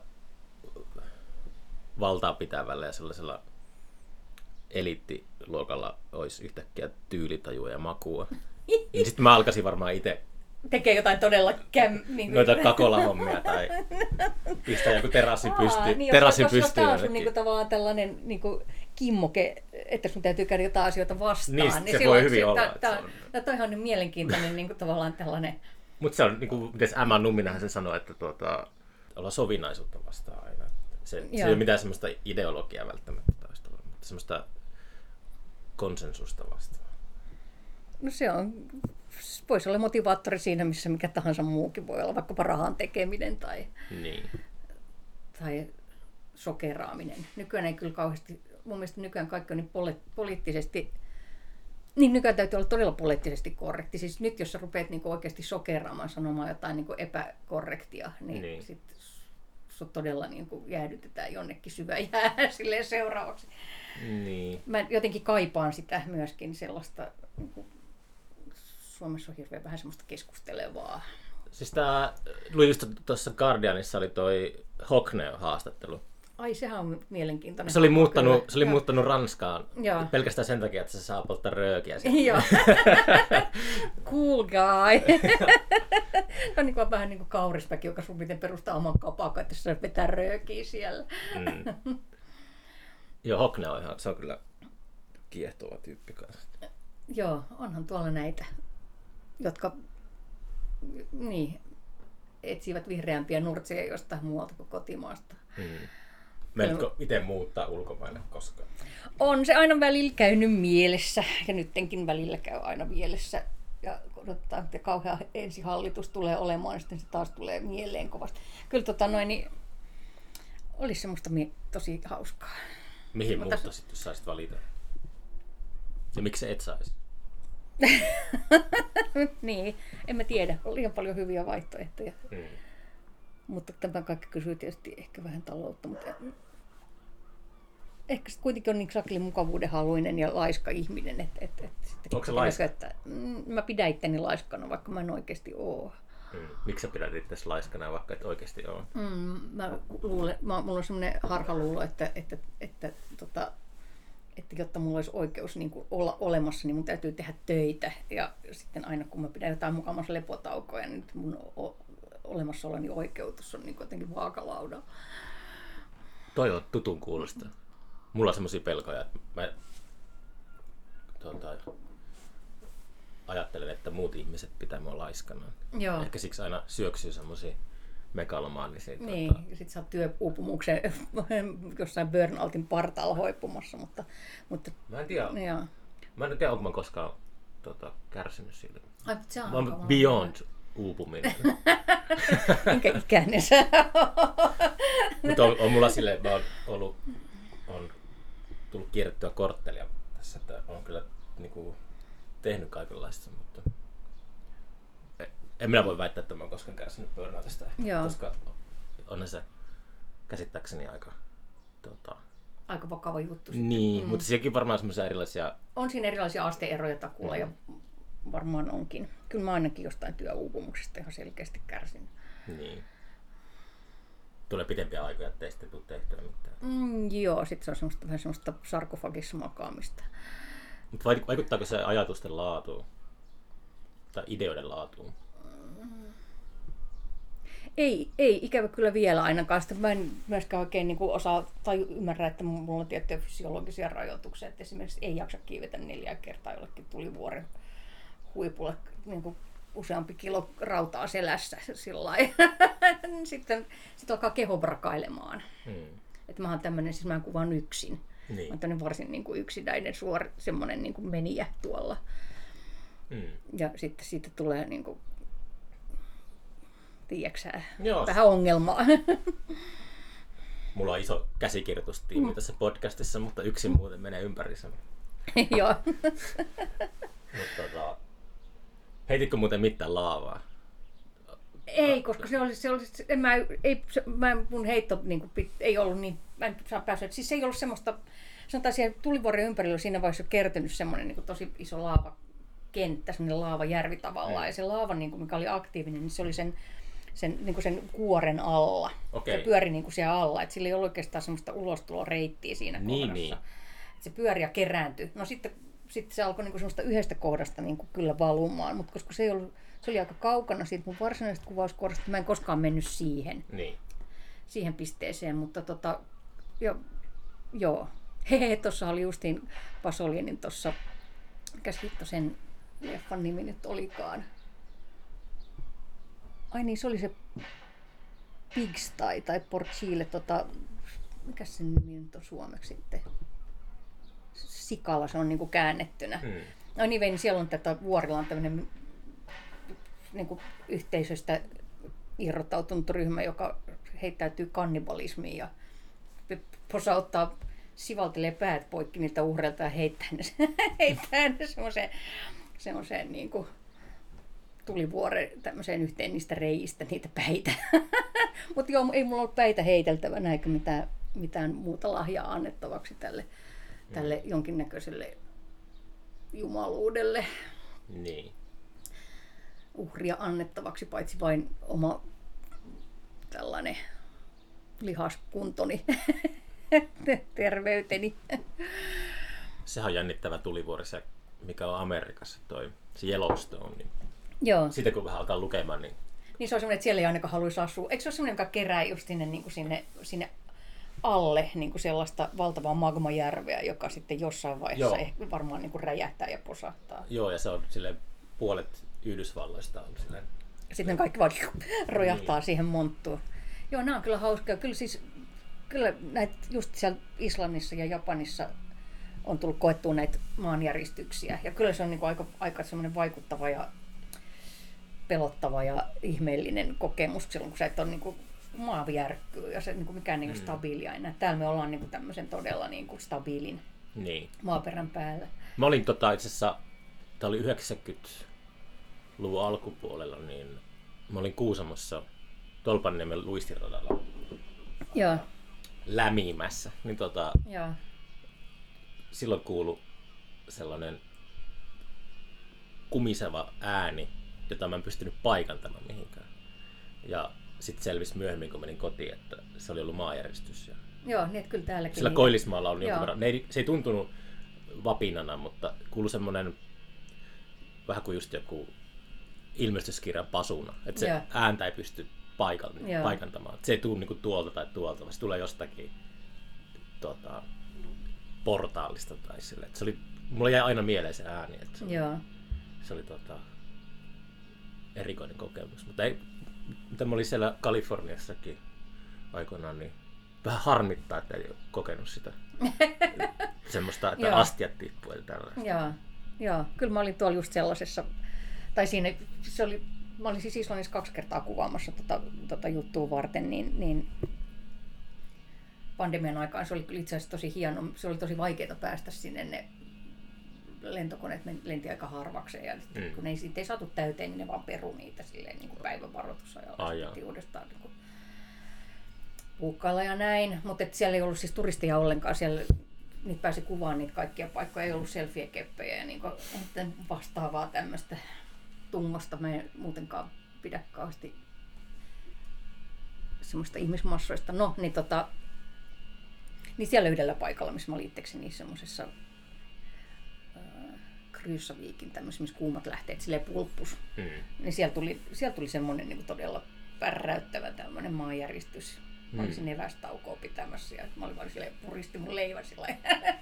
Speaker 2: valtaa pitävällä ja sellaisella eliittiluokalla olisi yhtäkkiä tyylitajua ja makua, niin sitten mä alkaisin varmaan itse
Speaker 1: tekee jotain todella
Speaker 2: noita kakolahommia tai pistää joku terassin pystyyn.
Speaker 1: Jos tää on sun tavallaan tällainen kimmoke, että sun täytyy käydä jotain asioita vastaan.
Speaker 2: Niin se voi hyvin olla.
Speaker 1: Tämä on ihan mielenkiintoinen tavallaan tällainen.
Speaker 2: Mutta se on, miten Emma Numminenhan sen sanoi, että olla sovinnaisuutta vastaan aina. Se ei ole mitään semmoista ideologiaa välttämättä taistella, mutta semmoista konsensusta vastaan.
Speaker 1: No se on, voisi olla motivaattori siinä, missä mikä tahansa muukin voi olla, vaikkapa rahan tekeminen tai sokeraaminen. Nykyään ei kyllä kauheasti, mun mielestä nykyään kaikki on niin poliittisesti, niin nykyään täytyy olla todella poliittisesti korrekti. Siis nyt jos sä rupeat niinku oikeasti sokeraamaan, sanomaan jotain niinku epäkorrektia, niin sitten sut todella niinku jäädytetään jonnekin syvään jäähän silleen seuraavaksi.
Speaker 2: Niin.
Speaker 1: Mä jotenkin kaipaan sitä myöskin sellaista, niinku, Suomessa on hirveän vähän semmoista keskustelevaa.
Speaker 2: Siis luin just tuossa Guardianissa oli toi Hockney-haastattelu.
Speaker 1: Ai, sehän on mielenkiintoinen.
Speaker 2: Se oli muuttanut Ranskaan pelkästään sen takia, että se saa polttaa röökiä.
Speaker 1: Joo. Cool guy. On niin kuin vähän niin kuin Kaurismäki, joka sun miten perustaa oman kapakan, että se vetää röökiä siellä.
Speaker 2: Joo, Hockney se on kyllä kiehtova tyyppi kanssa.
Speaker 1: Joo, onhan tuolla näitä jotka niin, etsivät vihreämpiä nurtseja jostain muualta kuin kotimaasta.
Speaker 2: Menetkö itse muuttaa ulkomaille koskaan?
Speaker 1: On se aina välillä käynyt mielessä, ja nyttenkin välillä käy aina mielessä. Ja odotetaan, että kauhea ensihallitus tulee olemaan, ja sitten se taas tulee mieleen kovasti. Kyllä niin, olisi semmoista tosi hauskaa.
Speaker 2: Mihin muuttaisit, jos saisit valita? Ja miksi et saisi?
Speaker 1: Niin, en mä tiedä. On liian paljon hyviä vaihtoehtoja. Mutta tämä kaikki kysyy tietysti ehkä vähän taloutta. Mutta ehkä sitten kuitenkin on niin sakli mukavuudenhaluinen ja laiska ihminen.
Speaker 2: Onko se laiska?
Speaker 1: Mä pidän itteni laiskana, vaikka mä en oikeasti ole.
Speaker 2: Miksi sä pidät itseäsi laiskana, vaikka et oikeasti ole?
Speaker 1: Mulla on semmoinen harhaluulo, että jotta mulla olisi oikeus niin kuin olla olemassa, niin mun täytyy tehdä töitä. Ja sitten aina kun mä pidän jotain mukamassa lepotaukoja, niin mun olemassaoloni oikeutus on niin jotenkin vaakalauda.
Speaker 2: Toi on tutun kuulosta. Mulla on semmosia pelkoja, että mä ajattelen, että muut ihmiset pitää mua laiskana.
Speaker 1: Joo.
Speaker 2: Ehkä siksi aina syöksyy semmosia megalomaanisia.
Speaker 1: Niin, ja sit sä oot työuupumuksen jossain burnoutin partaalla hoipumassa, mutta
Speaker 2: mä en tiedä.
Speaker 1: Joo.
Speaker 2: Mä en tiedä, onko mä koskaan kärsinyt siitä.
Speaker 1: Ai, se on
Speaker 2: mä oon beyond uupuminen.
Speaker 1: Minkä ikäinen sä
Speaker 2: Mutta on mulla silleen, mä on tullut kierrettyä korttelia tässä, että on kyllä niinku tehnyt kaikenlaista, mutta en minä voi väittää, että mä oon koskaan kärsinyt burnoutista, koska on se käsittääkseni aika
Speaker 1: vakava juttu.
Speaker 2: Niin, mutta sielläkin varmaan semmoisia erilaisia...
Speaker 1: On siinä erilaisia aste-eroja takuulla ja varmaan onkin. Kyllä mä ainakin jostain työuupumuksesta ihan selkeästi kärsin.
Speaker 2: Niin. Tulee pitempiä aikoja, ettei sitten tule tehtyä mitään.
Speaker 1: Joo, sitten se on vähän semmoista sarkofagissa makaamista.
Speaker 2: Mutta vaikuttaako se ajatusten laatuun? Tai ideoiden laatuun?
Speaker 1: Ei ikävä kyllä vielä ainakaan. Sitä mä en myöskään oikein niin osaa tai ymmärrä, että mulla on tiettyjä fysiologisia rajoituksia. Että esimerkiksi ei jaksa kiivetä 4 kertaa jollekin tulivuoren huipulle niin useampi kilo rautaa selässä sillain. Sitten alkaa keho brakailemaan. Että mä oon tämmönen, siis mä kuvaan yksin. Niin. Mä oon tämmönen varsin niin kuin yksinäinen semmonen niin kuin menijä tuolla. Ja sitten siitä tulee niin kuin, tiedäksä, vähän ongelmaa.
Speaker 2: Mulla on iso käsikirjoitustiimi tässä podcastissa, mutta yksin muuten menee ympäri sen.
Speaker 1: Joo.
Speaker 2: Mutta heititkö muuten mitään laavaa?
Speaker 1: Ei, koska mun heitto niin kuin, ei ollut niin, mä en saa päästä. Siis se ei ollut semmoista, sanotaan siellä tulivuoren ympärillä siinä vaiheessa kertynyt semmoinen niin kuin tosi iso laavakenttä, semmoinen laavajärvi tavallaan. Ja se laava, niin kuin, mikä oli aktiivinen, niin se oli sen kuoren alla.
Speaker 2: Okay.
Speaker 1: Se pyöri niin kuin siellä alla, että sillä ei ollut oikeastaan semmoista ulostuloreittiä siinä kohdassa. Niin. Se pyöri ja kerääntyi. No sitten se alkoi niin kuin semmoista yhdestä kohdasta niin kuin kyllä valumaan, mutta koska se oli aika kaukana siitä mun varsinaisesta kuvauskohdasta, mä en koskaan mennyt siihen pisteeseen, mutta joo. Tuossa oli justiin Pasolinin tuossa, mikäs hitto sen leffan nimi nyt olikaan. Ai niin, se oli se Pigsty tai Porcile, mikäs sen nimi nyt on suomeksi sitten? Sikala se on niinku käännettynä. No niin, siellä on tätä vuorilla on tämmöinen niinku yhteisöstä irrottautunut ryhmä, joka heittäytyy kannibalismiin ja posauttaa, sivaltelee päät poikki niiltä uhreilta ja heittää ne semmoiseen niinku tulivuoren tämmöiseen yhteen niistä reiistä niitä päitä. Mutta joo, ei mulla ollut päitä heiteltävänä eikä mitään muuta lahjaa annettavaksi tälle jonkinnäköiselle jumaluudelle.
Speaker 2: Niin.
Speaker 1: Uhria annettavaksi, paitsi vain oma tällainen lihaskuntoni, terveyteni.
Speaker 2: Sehän on jännittävä tulivuori, se, mikä on Amerikassa, se Yellowstone. Niin
Speaker 1: joo.
Speaker 2: Sitten kun vähän alkaa lukemaan, niin...
Speaker 1: Niin se on semmoinen, että siellä ei ainakaan haluaisi asua. Eikö se ole semmoinen, joka kerää just sinne alle niin kuin sellaista valtavaa magmajärveä, joka sitten jossain vaiheessa ehkä varmaan niin kuin räjähtää ja posahtaa.
Speaker 2: Joo, ja se on silleen puolet Yhdysvalloista on silleen.
Speaker 1: Sitten kaikki vaan rojahtaa siihen monttuun. Joo, nämä on kyllä hauskaa. Kyllä näitä just siellä Islannissa ja Japanissa on tullut koettua näitä maanjäristyksiä. Ja kyllä se on niinku aika semmoinen vaikuttava ja pelottava ja ihmeellinen kokemus silloin, kun sä et ole niinku maa järkkyy ja se niinku mikään ei ole stabiilia enää. Täällä me ollaan niinku tämmöisen todella niinku stabiilin maaperän päällä.
Speaker 2: Mä olin itse asiassa, tää oli 90-luvun alkupuolella, niin mä olin Kuusamossa Tolpanniemen luistiradalla lämimässä. Niin silloin kuului sellainen kumiseva ääni, jota mä en pystynyt paikantamaan mihinkään. Ja sitten selvisi myöhemmin, kun menin kotiin, että se oli ollut maanjäristys.
Speaker 1: Joo, niin että kyllä täälläkin.
Speaker 2: Sillä Koillismaalla oli jonkun verran. Se ei tuntunut vapinana, mutta kuului semmoinen vähän kuin just joku ilmestyskirjan pasuna. Että se ääntä ei pysty paikantamaan. Se ei tule niinku tuolta tai tuolta, vaan se tulee jostakin portaalista tai sille. Se oli, mulla jäi aina mieleen se ääni, että se oli erikoinen kokemus. Mutta mitä mä olin siellä Kaliforniassakin aikoinaan, niin vähän harmittaa, että ei ole kokenut sitä semmoista, että astiat tippuu ja tällaista.
Speaker 1: Joo, kyllä mä olin tuolla just sellaisessa, tai siinä mä olin siis Islannissa 2 kertaa kuvaamassa tota juttua varten, niin pandemian aikaan se oli itse asiassa tosi hieno, se oli tosi vaikeaa päästä sinne, ne lentokoneet lenti aika harvakseen ja kun siitä ei saatu täyteen, niin ne vaan peru niitä silleen niin kuin päivän varoitusajalla uudestaan niin puukkailla ja näin, mutta siellä ei ollut siis turisteja ollenkaan, siellä niitä pääsi kuvaamaan niitä kaikkia paikkoja, ei ollut selfie-keppejä ja niin kuin, vastaavaa tämmöistä tungosta mä en muutenkaan pidä kauheasti semmoista ihmismassoista. No, niin siellä yhdellä paikalla, missä mä olin itsekseni semmoisessa Kryysaviikin tämmöisessä, missä kuumat lähteet silleen pulppus. Niin siellä tuli semmoinen niin kuin todella pärräyttävä tämmöinen maanjäristys. Mä olisin evästaukoa pitämässä ja mä olin vaan silleen, puristi mun leivän silleen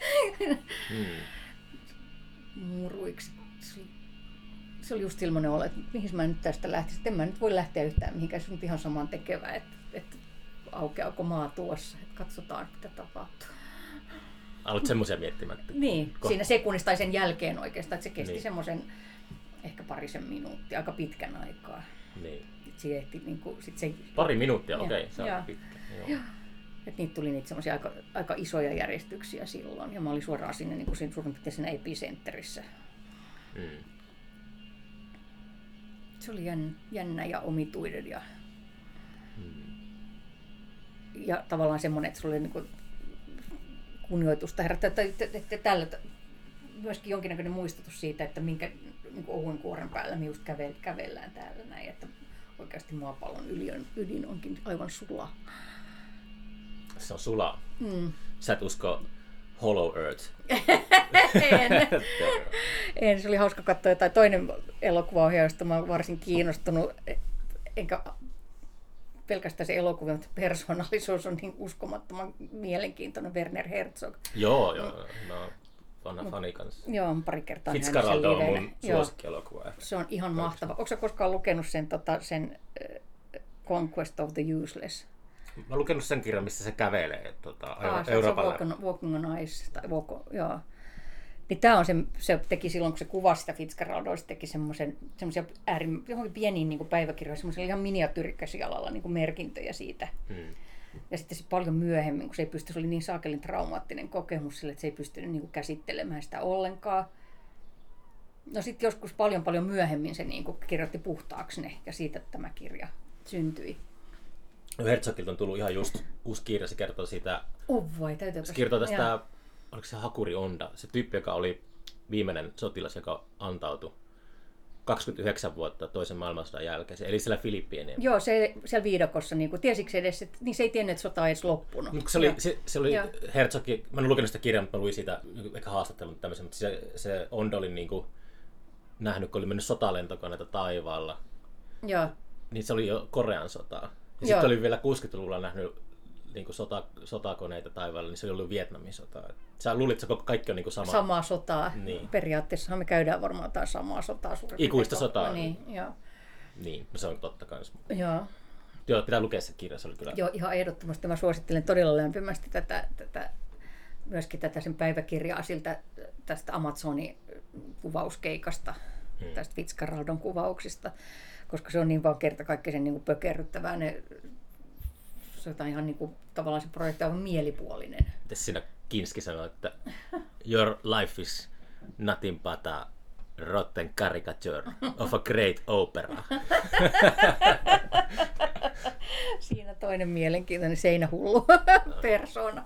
Speaker 1: muruiksi. Se oli just semmoinen olo, että mihin mä nyt tästä lähtisin. En mä nyt voi lähteä yhtään mihinkään, se on ihan samaan tekevää, että aukeako maa tuossa, että katsotaan mitä tapahtuu.
Speaker 2: Aloit semmoisia miettimättä.
Speaker 1: Niin, siinä sekunnista tai sen jälkeen oikeastaan, että se kesti semmoisen ehkä parisen minuuttia, aika pitkän aikaa.
Speaker 2: Niin.
Speaker 1: Pari
Speaker 2: minuuttia, okei, se on pitkä. Joo.
Speaker 1: Että niitä tuli niitä semmoisia aika isoja järjestyksiä silloin, ja mä olin suoraan sinne niin kuin suurin piirtein siinä epicenterissä. Se oli jännä ja omituinen ja tavallaan semmoinen, että se oli niin kuin kunnioitusta herättää, että tällä myöskin jonkinnäköinen muistutus siitä, että minkä niin kuin ohuen kuoren päällä me just kävellään täällä näin, että oikeasti maapallon ydin onkin aivan sulaa.
Speaker 2: Se on sulaa. Sä et usko Hollow Earth?
Speaker 1: En. Se oli hauska katsoa jotain toinen elokuvaohjaaja, josta mä olen varsin kiinnostunut. Enkä pelkästään se elokuva, mutta persoonallisuus on niin uskomattoman mielenkiintoinen, Werner Herzog.
Speaker 2: Joo, no, vanha fani kanssa.
Speaker 1: Joo, pari kertaa nähnyt
Speaker 2: sen livenä. On mun suosikkielokuva.
Speaker 1: Se on ihan mahtava. Onko sä koskaan lukenut sen Conquest of the Useless?
Speaker 2: Mä oon lukenut sen kirjan, missä se kävelee Euroopalle.
Speaker 1: Se Walking on Ice. Joo. Niin tää on se teki silloin, kun se kuvasi sitä Fitzgeraldia, se teki semmoisia johonkin pieniin niin päiväkirjoja, semmoisella ihan miniatyyrikäsialalla niin merkintöjä siitä. Ja sitten se paljon myöhemmin, kun se ei pysty, se oli niin saakelin traumaattinen kokemus sille, että se ei pystynyt niin käsittelemään sitä ollenkaan. No sitten joskus paljon myöhemmin se niin kirjoitti puhtaaksi ne, ja siitä tämä kirja syntyi.
Speaker 2: Herzogilta on tullut ihan just uusi kirja, se kertoo siitä. Se kertoo tästä, oliko se Hakuri Onda, se tyyppi, joka oli viimeinen sotilas, joka antautui 29 vuotta toisen maailmansodan jälkeen, eli siellä Filippiinien.
Speaker 1: Joo, siellä viidakossa, niin tiesikö edes, että niin se ei tiennyt, että sota ei edes loppunut.
Speaker 2: Se oli Herzog, mä en lukenut sitä kirjaa, mutta mä luin siitä ehkä haastattelun tämmöisen, mutta se Onda oli niin kuin nähnyt, kun oli mennyt sotalentokoneita taivaalla.
Speaker 1: Joo.
Speaker 2: Niin se oli jo Korean sotaa. Ja sitten oli vielä 60-luvulla nähnyt niinku sotakoneita taivaalla, niin se oli ollut Vietnamin sota. Sä luulit, että kaikki on niinku sama.
Speaker 1: Samaa sotaa.
Speaker 2: Niin.
Speaker 1: Periaatteessa me käydään varmaan jotain samaa sotaa.
Speaker 2: Ikuista sotaa.
Speaker 1: Niin, joo.
Speaker 2: Niin, no se on totta kans.
Speaker 1: Joo.
Speaker 2: Joo, pitää lukea se kirja, se oli kyllä.
Speaker 1: Joo, ihan ehdottomasti. Mä suosittelen todella lämpimästi myöskin tätä sen päiväkirjaa tästä Amazonin kuvauskeikasta, tästä Fitzcarraldon kuvauksista, koska se on niin vaan kertakaikkisen niin kuin pökerryttävää. Se on ihan niin kuin, tavallaan se projekti on mielipuolinen.
Speaker 2: Mites siinä Kinski sanoi, että your life is nothing but a rotten caricature of a great opera.
Speaker 1: Siinä toinen mielenkiintoinen seinähullu persona.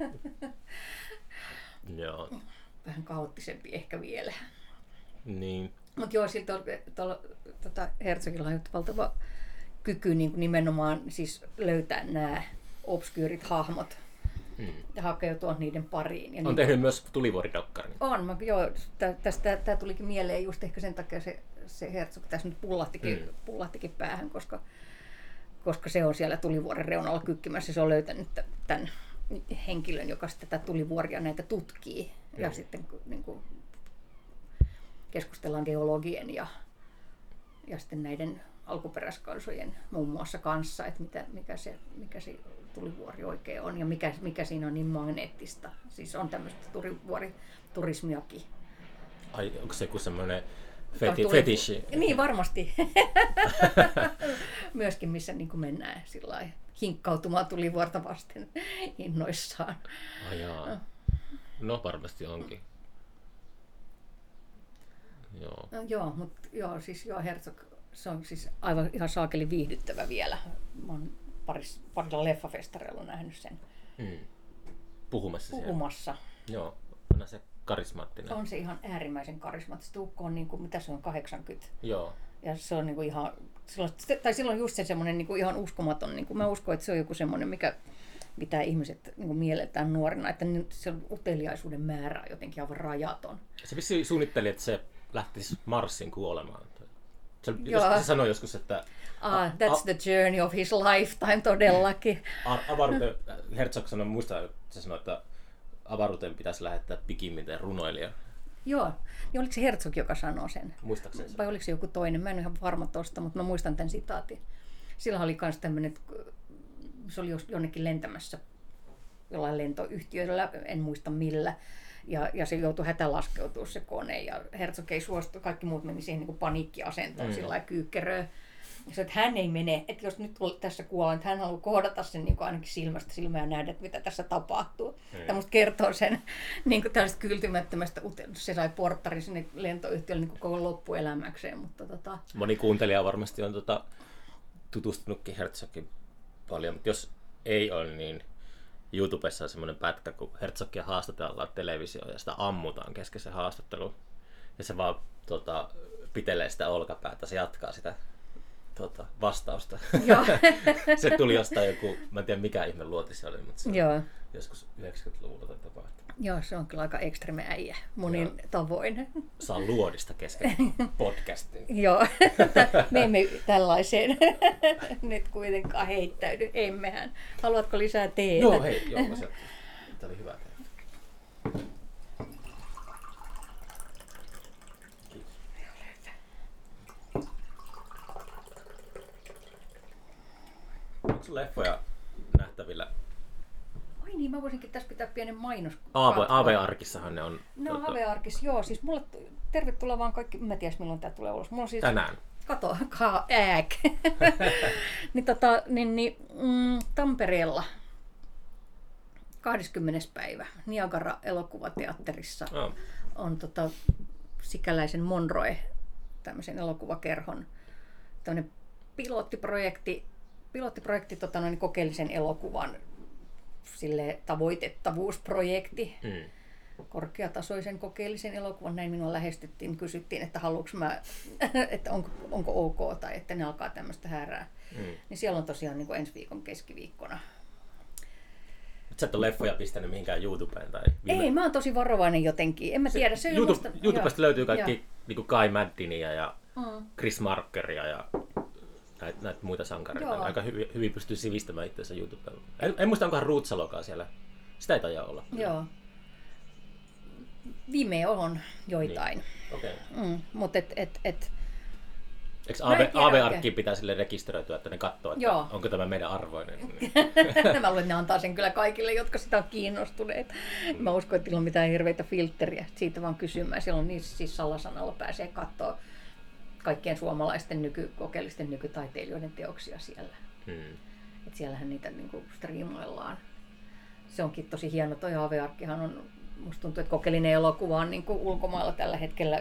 Speaker 2: Joo.
Speaker 1: Vähän kaoottisempi ehkä vielä.
Speaker 2: Niin.
Speaker 1: Mutta joo, siltä Herzogilla on valtava kyky niin kuin nimenomaan siis löytää nämä obskyyrit hahmot ja hakeutua niiden pariin. Ja
Speaker 2: on tehnyt myös Tulivuori-dokkarin.
Speaker 1: On, tämä tulikin mieleen just ehkä sen takia se Herzog tässä nyt pullahtikin päähän, koska se on siellä tulivuoren reunalla kykkimässä. Se on löytänyt tämän henkilön, joka tätä tulivuoria näitä tutkii. Ja sitten niin kuin, keskustellaan geologien ja sitten näiden alkuperäiskansojen muun muassa kanssa, että mikä se tulivuori oikein on ja mikä siinä on niin magneettista. Siis on tämmöistä tulivuoriturismiakin.
Speaker 2: Ai, onko se joku semmoinen fetishi?
Speaker 1: Niin, varmasti. Myöskin, missä niin kuin mennään sillai hinkkautumaan tulivuorta vasten innoissaan.
Speaker 2: Ajaa. No varmasti onkin. Joo.
Speaker 1: No, joo, mutta Herzog, se on siis aivan ihan saakeli viihdyttävä vielä. Mä oon parilla leffafestareilla nähnyt sen.
Speaker 2: Puhumassa. Joo, on se karismaattinen.
Speaker 1: On se ihan äärimmäisen karismaattista. Ukko on niin kuin, mitä se on, 80.
Speaker 2: Joo.
Speaker 1: Ja se on niin kuin ihan, silloin just se semmoinen niin kuin ihan uskomaton, niin kuin mä uskon, että se on joku semmoinen, mikä pitää ihmiset niin kuin mielletään nuorina, että se on uteliaisuuden määrä jotenkin aivan rajaton.
Speaker 2: Se vissiin suunnitteli, että se lähtisi Marsin kuolemaan. Se sanoi joskus, että
Speaker 1: that's the journey of his lifetime todellakin.
Speaker 2: Herzog sanoi, se sanoi, että avaruuteen pitäisi lähettää pikimmiten runoilija.
Speaker 1: Joo, niin oliko se Herzog, joka sanoo sen?
Speaker 2: Muistaakseni se?
Speaker 1: Vai oliko se joku toinen? Mä en ole ihan varma tosta, mutta mä muistan tämän sitaatin. Sillä oli myös tämmöinen, se oli jonnekin lentämässä jollain lentoyhtiöllä, en muista millä. Ja se joutui hätälaskeutumaan se kone ja Herzog ei suostu, kaikki muut meni siihen niin kuin paniikkiasentoon sillä lailla kyykkeröön. Ja se, että hän ei mene, että jos nyt tässä kuollaan, että hän haluaa kohdata sen niin kuin ainakin silmästä silmään ja nähdä, että mitä tässä tapahtuu. Tämä musta kertoo sen niin kuin tällaista kyltymättömästä, se sai porttarin sinne lentoyhtiölle niin kuin koko loppuelämäkseen. Mutta
Speaker 2: Moni kuuntelija varmasti on tutustunutkin Herzogin paljon, mutta jos ei ole, niin YouTubessa on semmoinen pätkä, kun Herzogia haastatellaan televisioon ja sitä ammutaan kesken se haastattelu. Ja se vaan pitelee sitä olkapäätä, se jatkaa sitä vastausta. Se tuli jostain joku, mä en tiedä mikä ihme luoti se oli, mutta se joskus 90-luvulla tapahtui.
Speaker 1: Joo, se on kyllä aika ekstreme äijä monin tavoin.
Speaker 2: Saa luodista kesken podcastin.
Speaker 1: Joo, me emme tällaiseen nyt kuitenkaan heittäydy, emmehän. Haluatko lisää teetä?
Speaker 2: Joo, hei, tämä oli hyvä teetä. Onko sun leffoja nähtävillä?
Speaker 1: Oi niin, mä voisinkin tässä pitää pienen mainos.
Speaker 2: AV-arkissahan ne on.
Speaker 1: No AV-arkissa, joo. Siis mulle tervetuloa vaan kaikki, mä tiedä milloin tää tulee ulos. Mulla on siis,
Speaker 2: tänään.
Speaker 1: Kato, Tampereella 20. päivä Niagara elokuvateatterissa on sikäläisen Monroe, tämmöisen elokuvakerhon tämmöinen pilottiprojekti kokeellisen elokuvan tavoitettavuusprojekti. Korkeatasoisen kokeellisen elokuvan, näin minua lähestyttiin, kysyttiin, että haluanko mä, että onko ok tai että ne alkaa tämmöistä härää. Niin siellä on tosiaan niin kuin ensi viikon keskiviikkona.
Speaker 2: Sä et ole leffoja pistänyt mihinkään YouTubeen? Tai
Speaker 1: Ei, mä oon tosi varovainen jotenkin. En mä tiedä. Se
Speaker 2: YouTubesta löytyy kaikki niin kuin Kai Maddinia ja Chris Markeria ja näitä muita sankareita.
Speaker 1: Joo.
Speaker 2: Aika hyvin pystyy sivistämään itseänsä YouTubella. En muista, onkohan Ruutsalokaa siellä. Sitä ei taida olla.
Speaker 1: Joo. Vimeo on joitain.
Speaker 2: Niin. Okei.
Speaker 1: Mutta
Speaker 2: Eikö
Speaker 1: Mä en tiedä
Speaker 2: AV-arkkiin pitää sille rekisteröityä, että ne katsoo, että
Speaker 1: Joo.
Speaker 2: onko tämä meidän arvoinen?
Speaker 1: Mä luulen, että ne antaa sen kyllä kaikille, jotka sitä on kiinnostuneet. Mä uskon, että niillä on mitään hirveitä filtteriä. Siitä vaan kysymään. Silloin niissä siis salasanalla pääsee katsoa kaikkien suomalaisten kokeellisten nykytaiteilijoiden teoksia siellä. Et siellähän niitä niinku striimaillaan. Se onkin tosi hieno. Toi AV-arkkihan on, musta tuntuu, että kokeellinen elokuva on niinku ulkomailla tällä hetkellä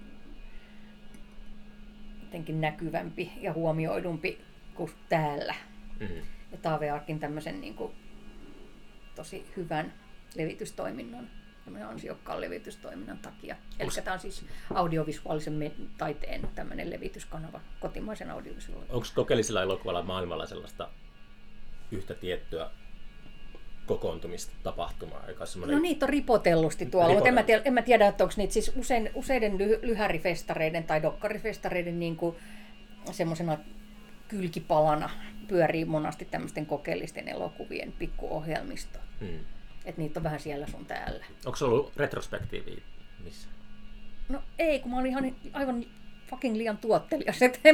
Speaker 1: jotenkin näkyvämpi ja huomioidumpi kuin täällä. Ja AV-arkin tämmöisen niinku tosi hyvän levitystoiminnan, ansiokkaan levitystoiminnan takia. Eli tämä on siis audiovisuaalisen taiteen tämmöinen levityskanava, kotimaisen audiovisuaalisen.
Speaker 2: Onko kokeellisella elokuvalla maailmalla sellaista yhtä tiettyä kokoontumista, tapahtumaa?
Speaker 1: No niitä on ripotellusti tuolla, mutta en mä tiedä, että onko niitä siis useiden lyhärifestareiden tai dokkarifestareiden niin kuin semmoisena kylkipalana pyörii monasti tämmöisten kokeellisten elokuvien pikkuohjelmisto. Että niitä on vähän siellä sun täällä.
Speaker 2: Onko se ollut retrospektiiviä missä?
Speaker 1: No ei, kun mä olin aivan fucking liian tuottelias, että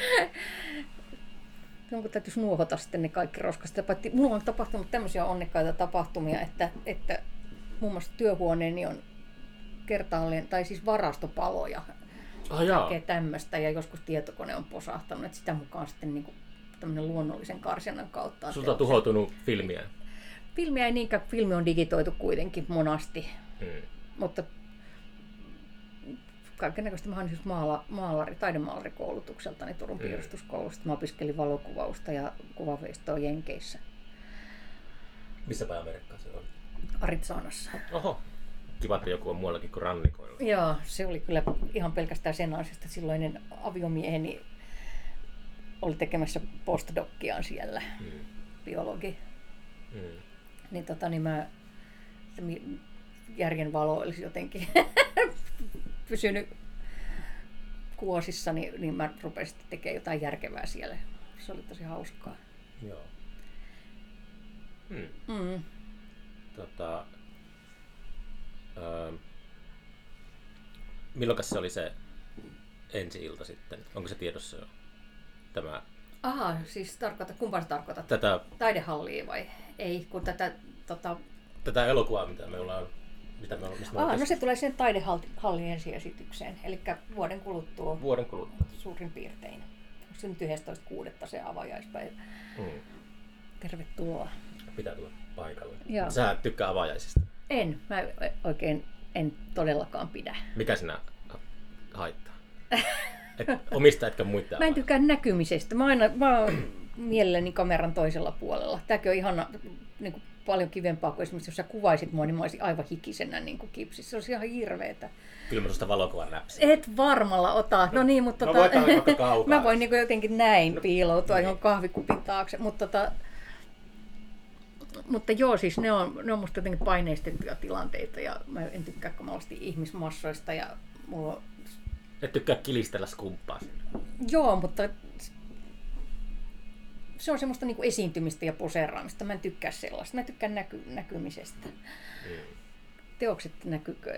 Speaker 1: jonkun täytyisi nuohota sitten ne kaikki roskasta. Mulla on tapahtunut tämmöisiä onnekkaita tapahtumia, että muun muassa työhuoneeni on kertaalleen, tai siis varastopaloja. Kaikkea tämmöistä, ja joskus tietokone on posahtanut, että sitä mukaan sitten niin kuin tämmöinen luonnollisen karsinnan kautta.
Speaker 2: Sulta on tuhoutunut filmiä?
Speaker 1: Filmiä ei niinkään, filmi on digitoitu kuitenkin monasti, mutta kaikennäköistä. Mä olen siis taidemaalarikoulutukselta niin Turun piirustuskoulusta. Mä opiskelin valokuvausta ja kuvaveistoa Jenkeissä.
Speaker 2: Missä päin Amerikkaa se on?
Speaker 1: Arizonassa.
Speaker 2: Oho, kiva, että joku on muuallakin kuin rannikoilla.
Speaker 1: Joo, se oli kyllä ihan pelkästään sen ansiosta. Silloinen aviomieheni oli tekemässä postdockiaan siellä, biologi. Niin mä järjen valo olisi jotenkin pysynyt kuosissa, niin mä rupesin tekemään jotain järkevää siellä. Se oli tosi hauskaa.
Speaker 2: Joo. Milloinkas se oli se ensi-ilta sitten? Onko se tiedossa jo? Tämä...
Speaker 1: Aha, siis kumpaa sä tarkoitat?
Speaker 2: Tätä...
Speaker 1: Taidehallia vai? Ei, kun
Speaker 2: Tätä elokuvaa, mistä me ollaan...
Speaker 1: No se tulee sen taidehallin ensiesitykseen, eli vuoden kuluttua. Suurin piirtein. Se nyt 11.6. se avajaispäivä. Tervetuloa.
Speaker 2: Pitää tulla paikalle.
Speaker 1: Joo.
Speaker 2: Sä tykkää avajaisista?
Speaker 1: Mä oikein en todellakaan pidä.
Speaker 2: Mikä sinä haittaa? Omista etkä muita.
Speaker 1: Mä en tykkää näkymisestä. Mä oon mielelläni kameran toisella puolella. Tääkin on ihan niin kuin paljon kivempaa kuin esimerkiksi, jos sä kuvaisit mua, niin mä olisin aivan hikisenä niin kuin kipsissä. Se olisi ihan hirveetä.
Speaker 2: Kyllä mä susta valokuvan näpsin.
Speaker 1: Et varmalla ota. No niin, mutta mä voin niin kuin jotenkin näin piiloutua johon kahvikupin taakse. Mutta joo, siis ne on musta jotenkin paineistettuja tilanteita ja mä en tykkää kamalasti ihmismassoista ja mulla on...
Speaker 2: Et tykkää kilistellä skumppaa.
Speaker 1: Joo, mutta se on semmoista niinku esiintymistä ja poseeraamista. Mä en tykkää sellaista. Mä tykkään näkymisestä. Teokset näkykö?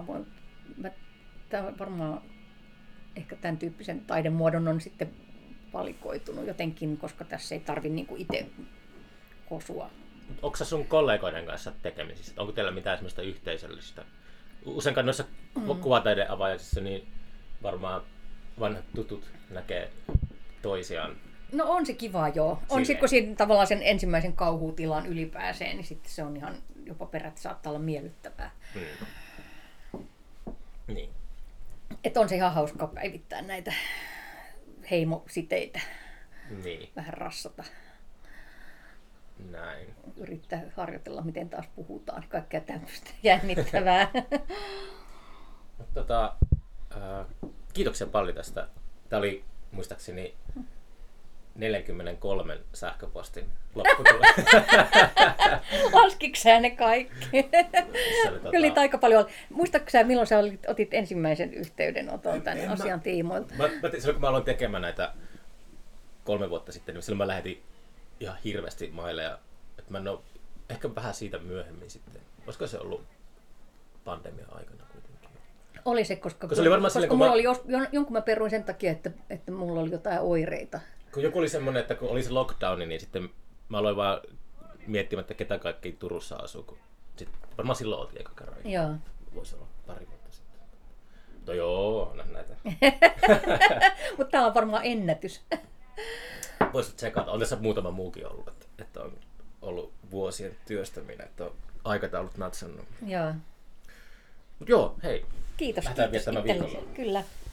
Speaker 1: Tää varmaan ehkä tämän tyyppisen taidemuodon on sitten valikoitunut jotenkin, koska tässä ei tarvi niinku itse kosua.
Speaker 2: Onko sä sun kollegoiden kanssa tekemisissä? Onko teillä mitään semmoista yhteisöllistä? Useinkaan noissa kuvataiden avajaisissa niin varmaan vanhat tutut näkee toisiaan.
Speaker 1: No on se kiva, joo. On sitten, kun siinä tavallaan sen ensimmäisen kauhutilan ylipääsee, niin sitten se on ihan jopa peräti saattaa olla miellyttävää.
Speaker 2: Niin.
Speaker 1: Että on se ihan hauskaa päivittää näitä heimositeitä.
Speaker 2: Niin.
Speaker 1: Vähän rassata.
Speaker 2: Näin.
Speaker 1: Yrittää harjoitella, miten taas puhutaan. Kaikkea tämmöistä jännittävää.
Speaker 2: Kiitoksia paljon tästä. Tämä oli muistaakseni 43 sähköpostin lopputulos.
Speaker 1: Laskitko sä ne kaikki? Kyllä aika paljon. Muistatko sä, milloin sä otit ensimmäisen yhteydenoton tämän asian tiimoilta?
Speaker 2: Silloin kun mä aloin tekemään näitä 3 vuotta sitten, niin silloin mä lähetin ihan hirveästi maileja. Että mä en ole, ehkä vähän siitä myöhemmin sitten. Olisiko se ollut pandemian aikana kuitenkin?
Speaker 1: Oli se, koska
Speaker 2: oli varmaan silleen,
Speaker 1: mulla oli jonkun mä peruin sen takia, että mulla oli jotain oireita.
Speaker 2: Kun joku oli semmoinen, että kun oli se lockdowni, niin sitten mä aloin vaan miettimään, että ketä kaikki Turussa asuu. Kun varmaan silloin oltiin eka kerran.
Speaker 1: Joo.
Speaker 2: Voisi olla 2 vuotta sitten. No joo, näitä.
Speaker 1: Mutta tää on varmaan ennätys.
Speaker 2: Voisit tsekata. On tässä muutama muukin ollut, että on ollut vuosien työstäminen, että on aikataulut natsannut.
Speaker 1: Joo.
Speaker 2: Mut joo, hei.
Speaker 1: Kiitos.
Speaker 2: Lähdetään viettämään viikonloppua.
Speaker 1: Kyllä.